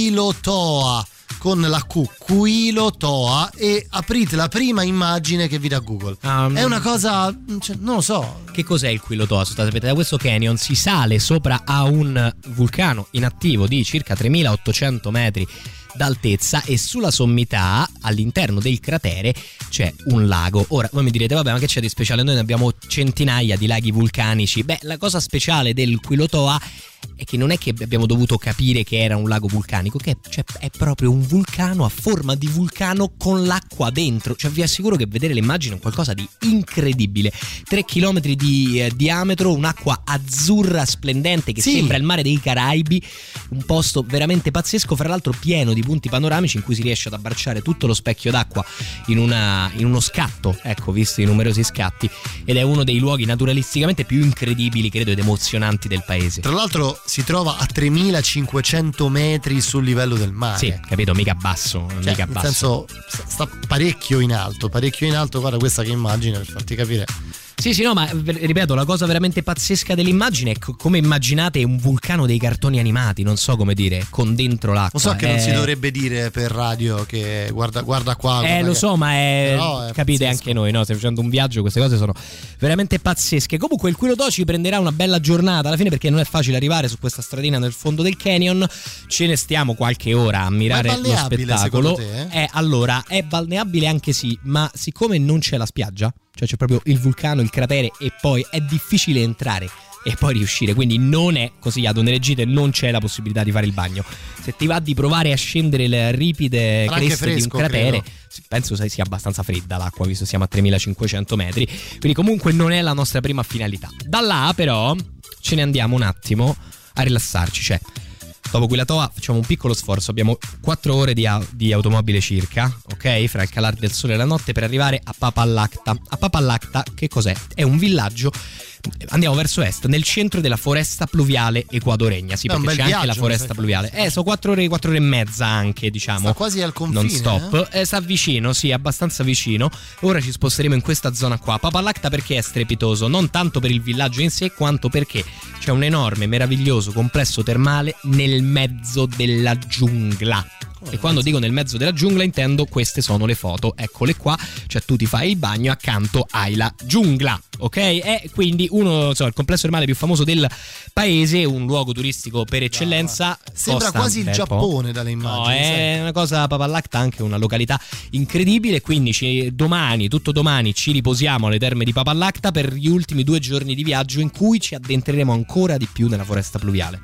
Quilotoa con la Q, Quilotoa, e aprite la prima immagine che vi dà Google. Um, è una cosa, cioè, non lo so. Che cos'è il Quilotoa? Sapete, da questo canyon si sale sopra a un vulcano inattivo di circa tremilaottocento metri d'altezza e sulla sommità, all'interno del cratere, c'è un lago. Ora voi mi direte, vabbè, ma che c'è di speciale? Noi ne abbiamo centinaia di laghi vulcanici. Beh, la cosa speciale del Quilotoa è che non è che abbiamo dovuto capire che era un lago vulcanico, che è, cioè, è proprio un vulcano a forma di vulcano con l'acqua dentro. Cioè, vi assicuro che vedere l'immagine è qualcosa di incredibile. tre chilometri di eh, diametro, un'acqua azzurra splendente che sì. sembra il mare dei Caraibi, un posto veramente pazzesco, fra l'altro pieno di punti panoramici in cui si riesce ad abbracciare tutto lo specchio d'acqua in, una, in uno scatto, ecco, visto i numerosi scatti, ed è uno dei luoghi naturalisticamente più incredibili, credo, ed emozionanti del paese. Tra l'altro si trova a tremilacinquecento metri sul livello del mare. Sì, capito, mica basso, cioè, mica nel basso. senso, sta parecchio in alto, parecchio in alto. Guarda questa che immagine, per farti capire. Sì, sì, no, ma ripeto, la cosa veramente pazzesca dell'immagine è co- come immaginate un vulcano dei cartoni animati, non so come dire, con dentro l'acqua. Lo so che è... non si dovrebbe dire per radio che guarda, guarda qua. Eh, lo che... so, ma è, Però è capite pazzesco. anche noi, no? Stiamo facendo un viaggio, queste cose sono veramente pazzesche. Comunque il Quilotoa ci prenderà una bella giornata alla fine, perché non è facile arrivare su questa stradina nel fondo del canyon. Ce ne stiamo qualche ora a ammirare ma è lo spettacolo. Te, eh? Eh, allora, è balneabile anche sì, ma siccome non c'è la spiaggia, cioè c'è proprio il vulcano, il cratere, e poi è difficile entrare e poi riuscire, quindi non è consigliato. Nelle gite non c'è la possibilità di fare il bagno. Se ti va di provare a scendere le ripide creste fresco, di un cratere, credo. Penso sia abbastanza fredda l'acqua, visto siamo a tremilacinquecento metri, quindi comunque non è la nostra prima finalità. Da là però ce ne andiamo un attimo a rilassarci, cioè dopo Quilotoa facciamo un piccolo sforzo, abbiamo quattro ore di, a- di automobile circa, ok, fra il calare del sole e la notte, per arrivare a Papallacta. A Papallacta che cos'è? È un villaggio, andiamo verso est, nel centro della foresta pluviale ecuadoregna, sì, perché c'è anche viaggio, la foresta pluviale. Eh, sono quattro ore, quattro ore e mezza anche, diciamo. Sta quasi al confine. Non stop, eh? Eh, sta vicino, sì, abbastanza vicino. Ora ci sposteremo in questa zona qua. Papallacta perché è strepitoso? Non tanto per il villaggio in sé, quanto perché c'è un enorme, meraviglioso complesso termale nel mezzo della giungla. E quando dico nel mezzo della giungla intendo, queste sono le foto, eccole qua, cioè tu ti fai il bagno, accanto hai la giungla, ok? È quindi uno, insomma, il complesso termale più famoso del paese, un luogo turistico per eccellenza. Sembra quasi il Giappone dalle immagini. No, è sai? Una cosa, Papallacta, anche una località incredibile, quindi ci, domani, tutto domani ci riposiamo alle terme di Papallacta per gli ultimi due giorni di viaggio in cui ci addentreremo ancora di più nella foresta pluviale.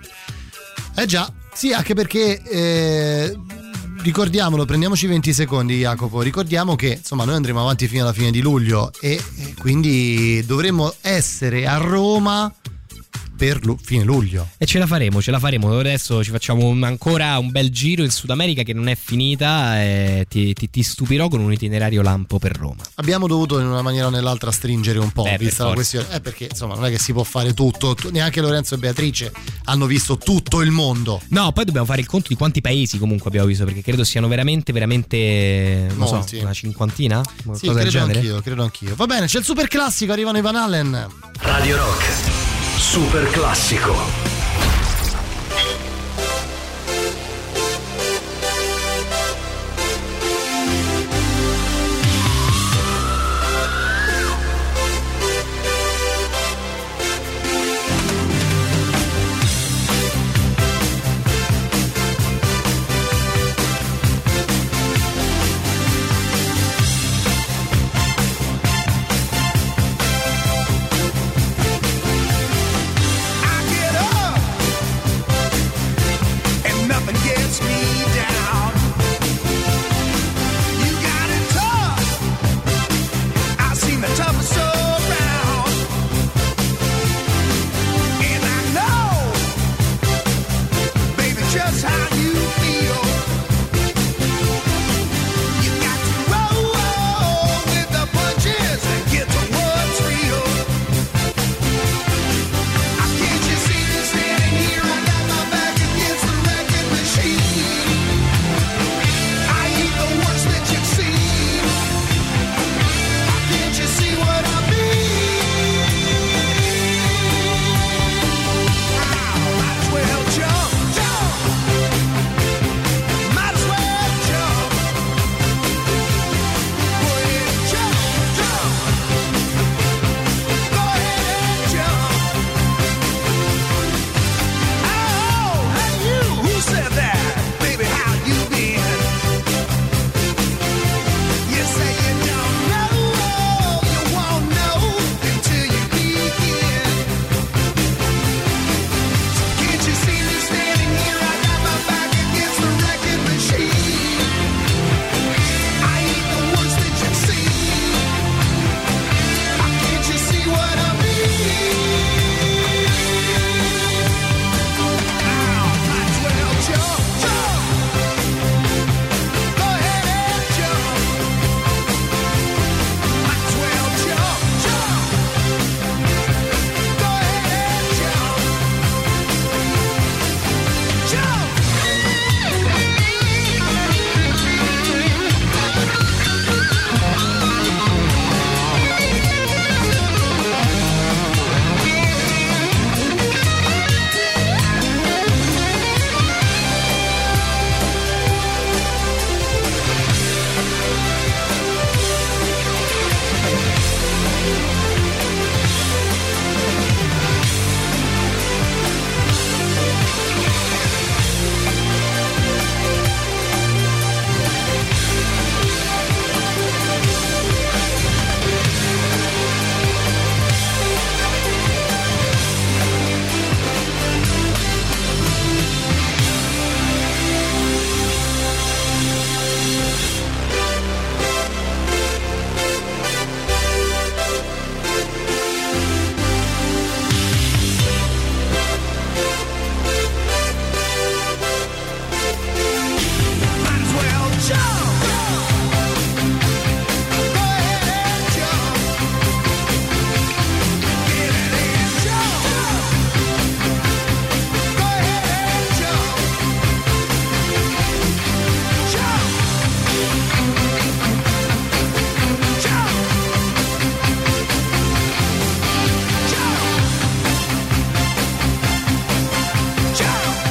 Eh già, sì, anche perché eh, ricordiamolo, prendiamoci venti secondi, Jacopo, ricordiamo che insomma noi andremo avanti fino alla fine di luglio e, e quindi dovremo essere a Roma per lu- fine luglio. E ce la faremo, ce la faremo. Adesso ci facciamo un, ancora un bel giro in Sud America che non è finita, e ti, ti, ti stupirò con un itinerario lampo per Roma. Abbiamo dovuto in una maniera o nell'altra stringere un po', Beh, vista la questione. Eh, perché insomma non è che si può fare tutto, neanche Lorenzo e Beatrice hanno visto tutto il mondo. No, poi dobbiamo fare il conto di quanti paesi comunque abbiamo visto, perché credo siano veramente, veramente, non Molti. so, una cinquantina? Sì, credo del genere. anch'io, credo anch'io. Va bene, c'è il super classico, arrivano i Van Halen. Radio Rock, super classico.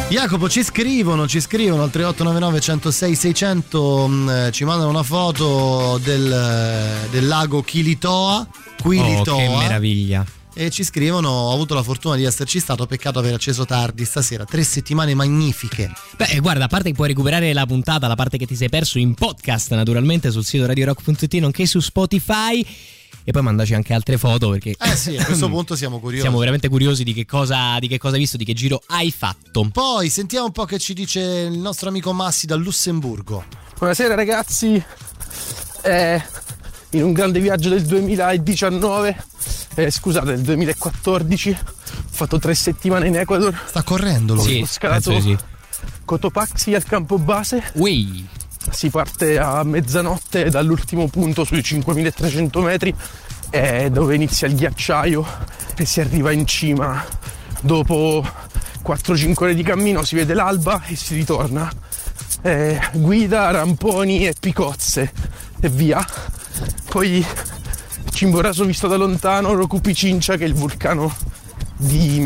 Jacopo, ci scrivono, ci scrivono al tre otto nove nove uno zero sei sei zero zero, mh, ci mandano una foto del, del lago Quilitoa, Quilitoa. Oh, che meraviglia. E ci scrivono: ho avuto la fortuna di esserci stato, peccato aver acceso tardi stasera. Tre settimane magnifiche. Beh, guarda, a parte che puoi recuperare la puntata, la parte che ti sei perso in podcast, naturalmente sul sito radio rock punto it, nonché su Spotify. E poi mandaci anche altre foto, perché eh sì, a questo punto siamo curiosi. Siamo veramente curiosi di che cosa di che cosa hai visto, di che giro hai fatto. Poi sentiamo un po' che ci dice il nostro amico Massi dal Lussemburgo. Buonasera ragazzi, eh, in un grande viaggio del duemiladiciannove, eh, scusate, del duemilaquattordici, ho fatto tre settimane in Ecuador. Sta correndo lui. Sì, ho scalato sì. Cotopaxi al campo base. Ui. Si parte a mezzanotte dall'ultimo punto sui cinquemilatrecento metri, eh, dove inizia il ghiacciaio, e si arriva in cima dopo quattro cinque ore di cammino, si vede l'alba e si ritorna. Eh, guida, ramponi e picozze e via. Poi Chimborazo visto da lontano, Rokupichincha, che è il vulcano di,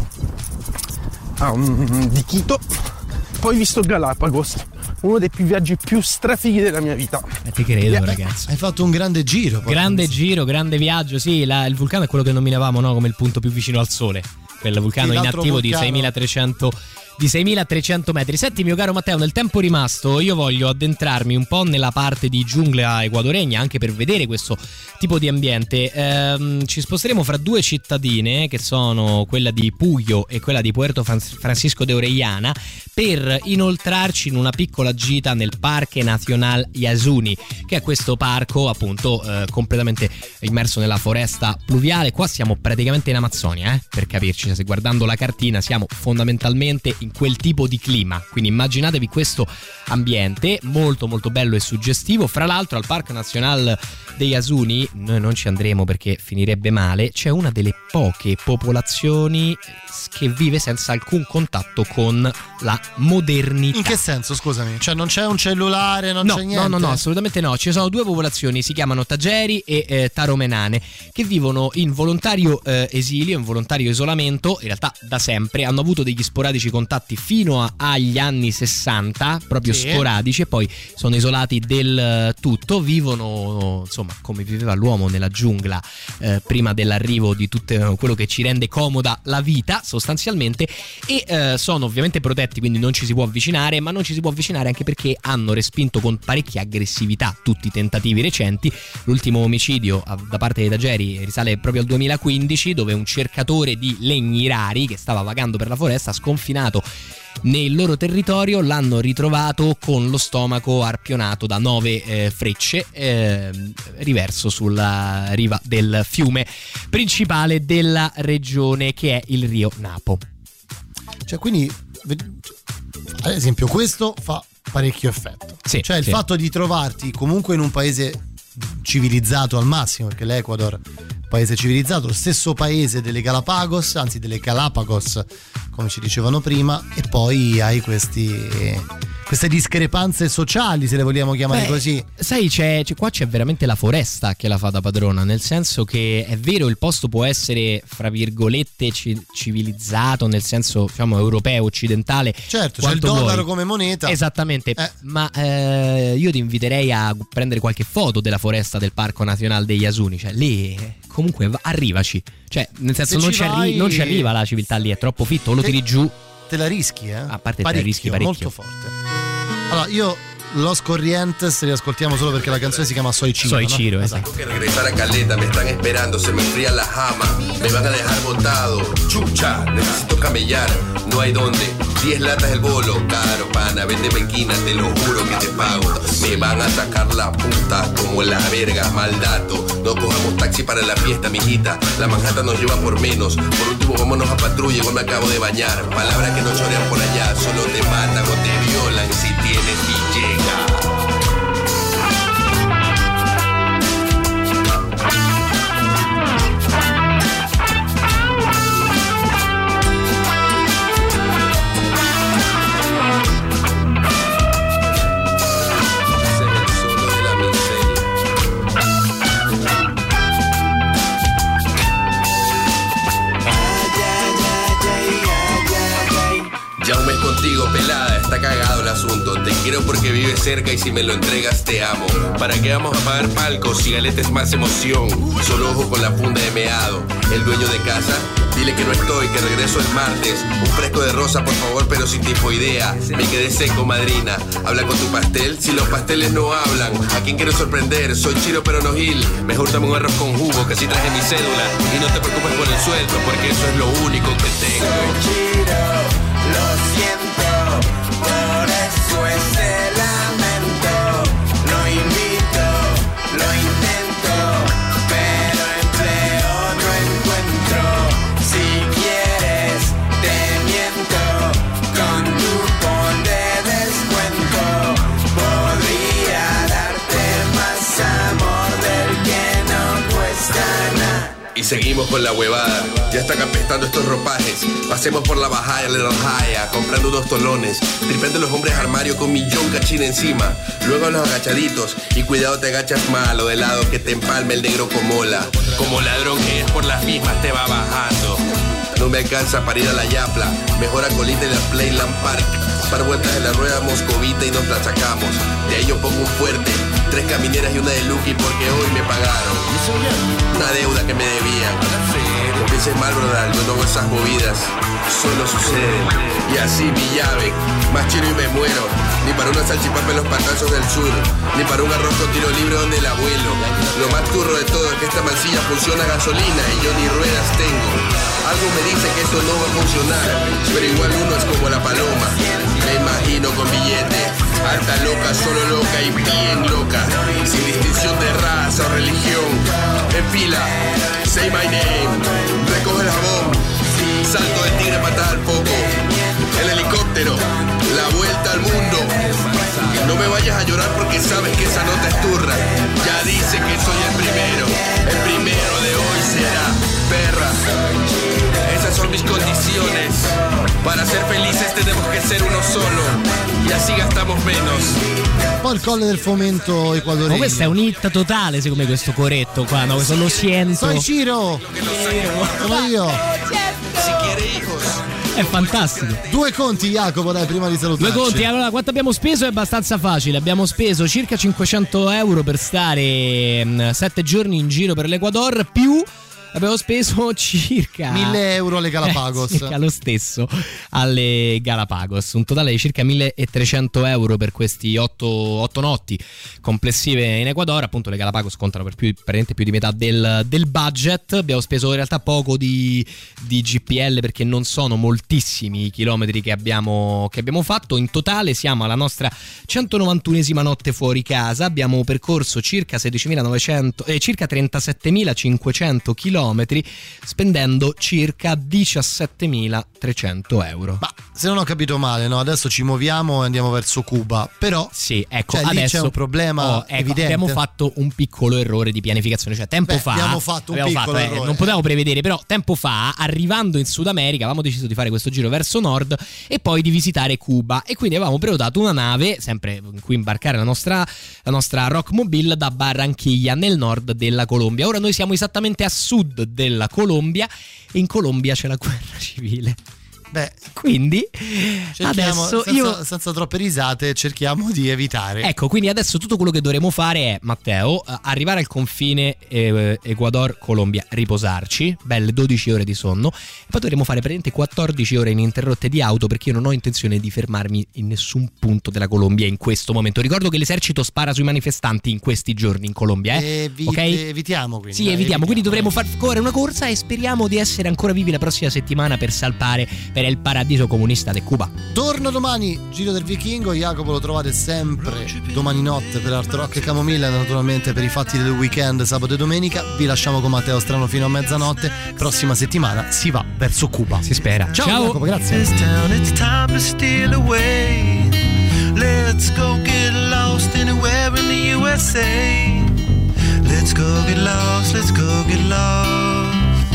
um, di Quito. Poi visto Galapagos, uno dei più viaggi più strafighi della mia vita. E ti credo, yeah, ragazzi. Hai fatto un grande giro. Grande penso. giro, grande viaggio, sì. La, il vulcano è quello che nominavamo, no, come il punto più vicino al Sole. Quel vulcano sì, inattivo di seimilatrecento di seimilatrecento metri. Senti, mio caro Matteo, nel tempo rimasto io voglio addentrarmi un po' nella parte di giungla ecuadoregna, anche per vedere questo tipo di ambiente. Ehm, ci sposteremo fra due cittadine, che sono quella di Puyo e quella di Puerto Francisco de Orellana, per inoltrarci in una piccola gita nel Parque Nacional Yasuni, che è questo parco appunto eh, completamente immerso nella foresta pluviale. Qua siamo praticamente in Amazzonia, eh, per capirci, se guardando la cartina siamo fondamentalmente in quel tipo di clima, quindi immaginatevi questo ambiente molto molto bello e suggestivo. Fra l'altro al Parco Nazionale dei Yasuni noi non ci andremo perché finirebbe male, c'è una delle poche popolazioni che vive senza alcun contatto con la modernità. In che senso, scusami? Cioè non c'è un cellulare, non no, c'è niente? No, no, no, assolutamente no. Ci sono due popolazioni, si chiamano Tageri e eh, Taromenane, che vivono in volontario eh, esilio, in volontario isolamento, in realtà da sempre. Hanno avuto degli sporadici contatti fino a, agli anni sessanta, proprio sì. sporadici, e poi sono isolati del tutto. Vivono, insomma, come viveva l'uomo nella giungla eh, prima dell'arrivo di tutto quello che ci rende comoda la vita, sostanzialmente, e eh, sono ovviamente protetti, quindi non ci si può avvicinare, ma non ci si può avvicinare anche perché hanno respinto con parecchia aggressività tutti i tentativi recenti. L'ultimo omicidio da parte dei Tageri risale proprio al duemilaquindici, dove un cercatore di legni rari che stava vagando per la foresta ha sconfinato nel loro territorio, l'hanno ritrovato con lo stomaco arpionato da nove eh, frecce, eh, riverso sulla riva del fiume principale della regione, che è il Rio Napo. Cioè, quindi ad esempio questo fa parecchio effetto, sì, cioè il sì. fatto di trovarti comunque in un paese civilizzato al massimo, perché l'Ecuador paese civilizzato, lo stesso paese delle Galapagos, anzi delle Galapagos come ci dicevano prima, e poi hai questi queste discrepanze sociali, se le vogliamo chiamare Beh, così. Sai, c'è, c'è qua c'è veramente la foresta che la fa da padrona, nel senso che è vero, il posto può essere fra virgolette ci, civilizzato, nel senso diciamo europeo, occidentale, certo, c'è il dollaro vuoi. come moneta, esattamente, eh. ma eh, io ti inviterei a prendere qualche foto della foresta del Parco Nazionale degli Yasuni, cioè lì comunque arrivaci, cioè nel senso non ci, vai... arri- non ci arriva la civiltà lì, è troppo fitto, o lo tiri giù. Te la rischi, eh? A parte parecchio, te la rischi parecchio. Molto forte. Allora, io Los Corrientes li ascoltiamo solo perché la canzone si chiama Soy Chiro. Soy Chiro, ¿no? esatto. Que regresar a Caleta, me están esperando, se me enfría la jama, me van a dejar montado, chucha, necesito camellar, no hay donde, diez latas el bolo, caro pana, vende penquina, te lo juro que te pago, me van a sacar la puta como la verga, mal dato, no cojamos taxi para la fiesta, mijita, la Manhattan nos lleva por menos, por último vámonos a patrulla, igual me acabo de bañar, palabras que no chorean por allá, solo te matan o te violan si tienes y llega. contigo, pelada, está cagado el asunto. Te quiero porque vives cerca y si me lo entregas te amo. ¿Para qué vamos a pagar palcos si galeta es más emoción? Solo ojo con la funda de meado. El dueño de casa, dile que no estoy, que regreso el martes. Un fresco de rosa, por favor, pero sin tifoidea. Me quedé seco, madrina. Habla con tu pastel, si los pasteles no hablan. ¿A quién quiero sorprender? Soy Chiro pero no Gil. Mejor dame un arroz con jugo, que así traje mi cédula. Y no te preocupes por el sueldo, porque eso es lo único que tengo. Soy Chiro, lo siento, por eso ese lamento. Lo invito, lo intento, pero empleo no encuentro. Si quieres, te miento, con tu cupón de descuento. Podría darte más amor del que no cuesta nada. Y seguimos con la huevada. Ya están apestando estos ropajes. Pasemos por la bajada Little Haya, comprando unos tolones. Tripeando los hombres armario con millón cachín encima. Luego los agachaditos. Y cuidado te agachas mal o de lado que te empalme el negro comola. Como ladrón que es por las mismas te va bajando. No me alcanza para ir a la Yapla. Mejor a colita en la Playland Park. Par vueltas en la rueda moscovita y nos la sacamos. De ahí yo pongo un fuerte. Tres camineras y una de Lucky porque hoy me pagaron. Una deuda que me debían. No pienses mal, brodal, yo no hago esas movidas. Solo suceden. Y así mi llave. Más chino y me muero. Ni para una salchipapa en los patazos del sur. Ni para un arroz con tiro libre donde el abuelo. Lo más turro de todo es que esta mancilla funciona a gasolina y yo ni ruedas tengo. Algo me dice que esto no va a funcionar. Pero igual uno es como la paloma. Me imagino con billete. Alta loca, solo loca y bien loca. Sin distinción de raza o religión. En fila, say my name. Recoge el jabón. Salto del tigre, patada al foco. El helicóptero, la vuelta al mundo. No me vayas a llorar porque sabes que esa nota es turra. Ya dice que soy el primero. El primero de hoy será perra. Esas son mis condiciones. Para ser felices tenemos que ser uno solo. Y así gastamos menos. Poi il colle del fomento equatoriano. Ma questo è un hit totale, secondo me, questo coretto qua, no? Questo lo siento. Soy Ciro. Sono io. Si quiere hijos. È fantastico. Due conti, Jacopo, dai, prima di salutarci. Due conti, allora quanto abbiamo speso è abbastanza facile. Abbiamo speso circa cinquecento euro per stare sette giorni in giro per l'Ecuador, più abbiamo speso circa mille euro alle Galapagos. Eh, circa lo stesso alle Galapagos. Un totale di circa milletrecento euro per questi otto notti complessive in Ecuador. Appunto le Galapagos contano per più, praticamente più di metà del, del budget. Abbiamo speso in realtà poco di, di G P L perché non sono moltissimi i chilometri che abbiamo, che abbiamo fatto. In totale siamo alla nostra centonovantunesima notte fuori casa. Abbiamo percorso circa sedicimilanovecento eh, circa trentasettemilacinquecento chilometri, spendendo circa diciassettemilatrecento euro. Ma se non ho capito male, no? Adesso ci muoviamo e andiamo verso Cuba. Però sì, ecco, cioè, lì adesso c'è un problema oh, ecco, evidente. Abbiamo fatto un piccolo errore di pianificazione, cioè tempo Beh, fa abbiamo fatto un abbiamo piccolo fatto, errore. Eh, non potevamo prevedere, però tempo fa, arrivando in Sud America, avevamo deciso di fare questo giro verso nord e poi di visitare Cuba, e quindi avevamo prenotato una nave, sempre in cui imbarcare la nostra, la nostra Rockmobile, da Barranquilla nel nord della Colombia. Ora noi siamo esattamente a sud della Colombia e in Colombia c'è la guerra civile. Beh, quindi cerchiamo, adesso senza, io senza troppe risate, cerchiamo di evitare. Ecco, quindi adesso tutto quello che dovremo fare è, Matteo, arrivare al confine eh, Ecuador-Colombia, riposarci, belle dodici ore di sonno, e poi dovremo fare praticamente quattordici ore ininterrotte di auto, perché io non ho intenzione di fermarmi in nessun punto della Colombia in questo momento. Ricordo che l'esercito spara sui manifestanti in questi giorni in Colombia, eh? Evi- ok? Evitiamo quindi. Sì, dai, evitiamo, evitiamo, quindi dovremo dai. far correre una corsa e speriamo di essere ancora vivi la prossima settimana per salpare per il paradiso comunista di Cuba. Torno domani, Giro del Vichingo. Jacopo lo trovate sempre domani notte per Art Rock e Camomilla, naturalmente per i fatti del weekend sabato e domenica. Vi lasciamo con Matteo Strano fino a mezzanotte. Prossima settimana si va verso Cuba. Si spera. Ciao, Ciao. Jacopo, grazie. It's time to steal away. Let's go get lost anywhere in the U S A. Let's go get lost, let's go get lost.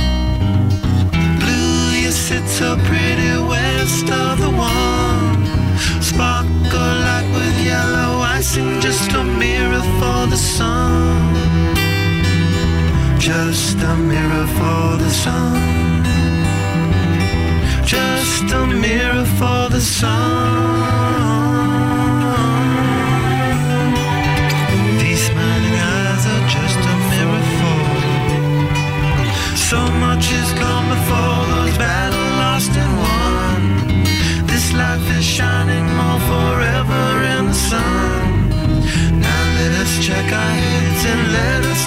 Blue, you sit so pretty west of the one. Sparkle like with yellow icing, just a mirror for the sun. Just a mirror for the sun. Just a mirror for the sun.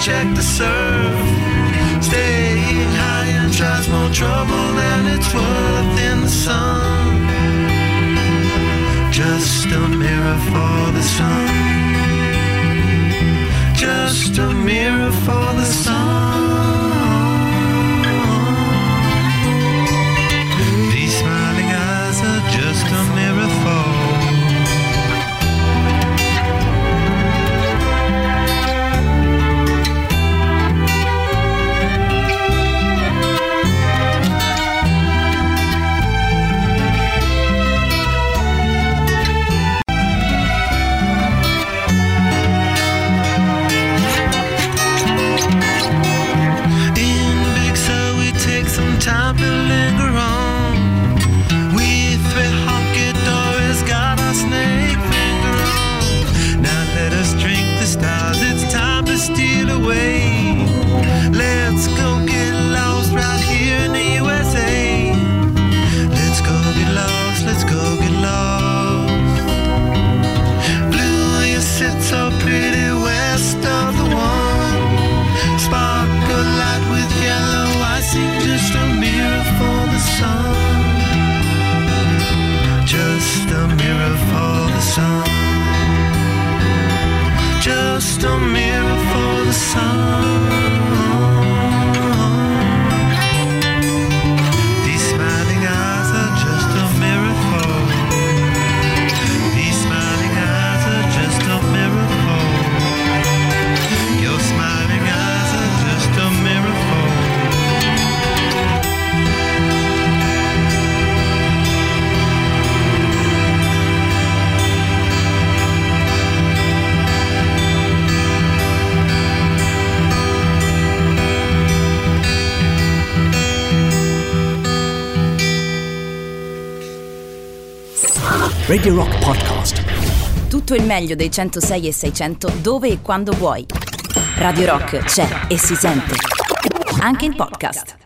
check to serve. Staying high and tries more trouble than it's worth in the sun. Just a mirror for the sun. Just a mirror for the sun. These smiling eyes are just a mirror for. Time to linger on. We three honky dories got our snake finger on. Now let us drink the stars, it's time to steal away. Let's go get lost right here in the U S A. Let's go get lost, let's go get lost. Blue, you sit so pretty west of the one. Sparkle light with yellow, I see just a mirror for the sun. Just a mirror for the sun. Just a mirror for the sun. These smiling eyes are just a mirror for. These smiling eyes are just a mirror for. Your smiling eyes are just a mirror for. Radio Rock Podcast. Tutto il meglio dei centosei e seicento dove e quando vuoi. Radio Rock c'è e si sente. Anche in podcast.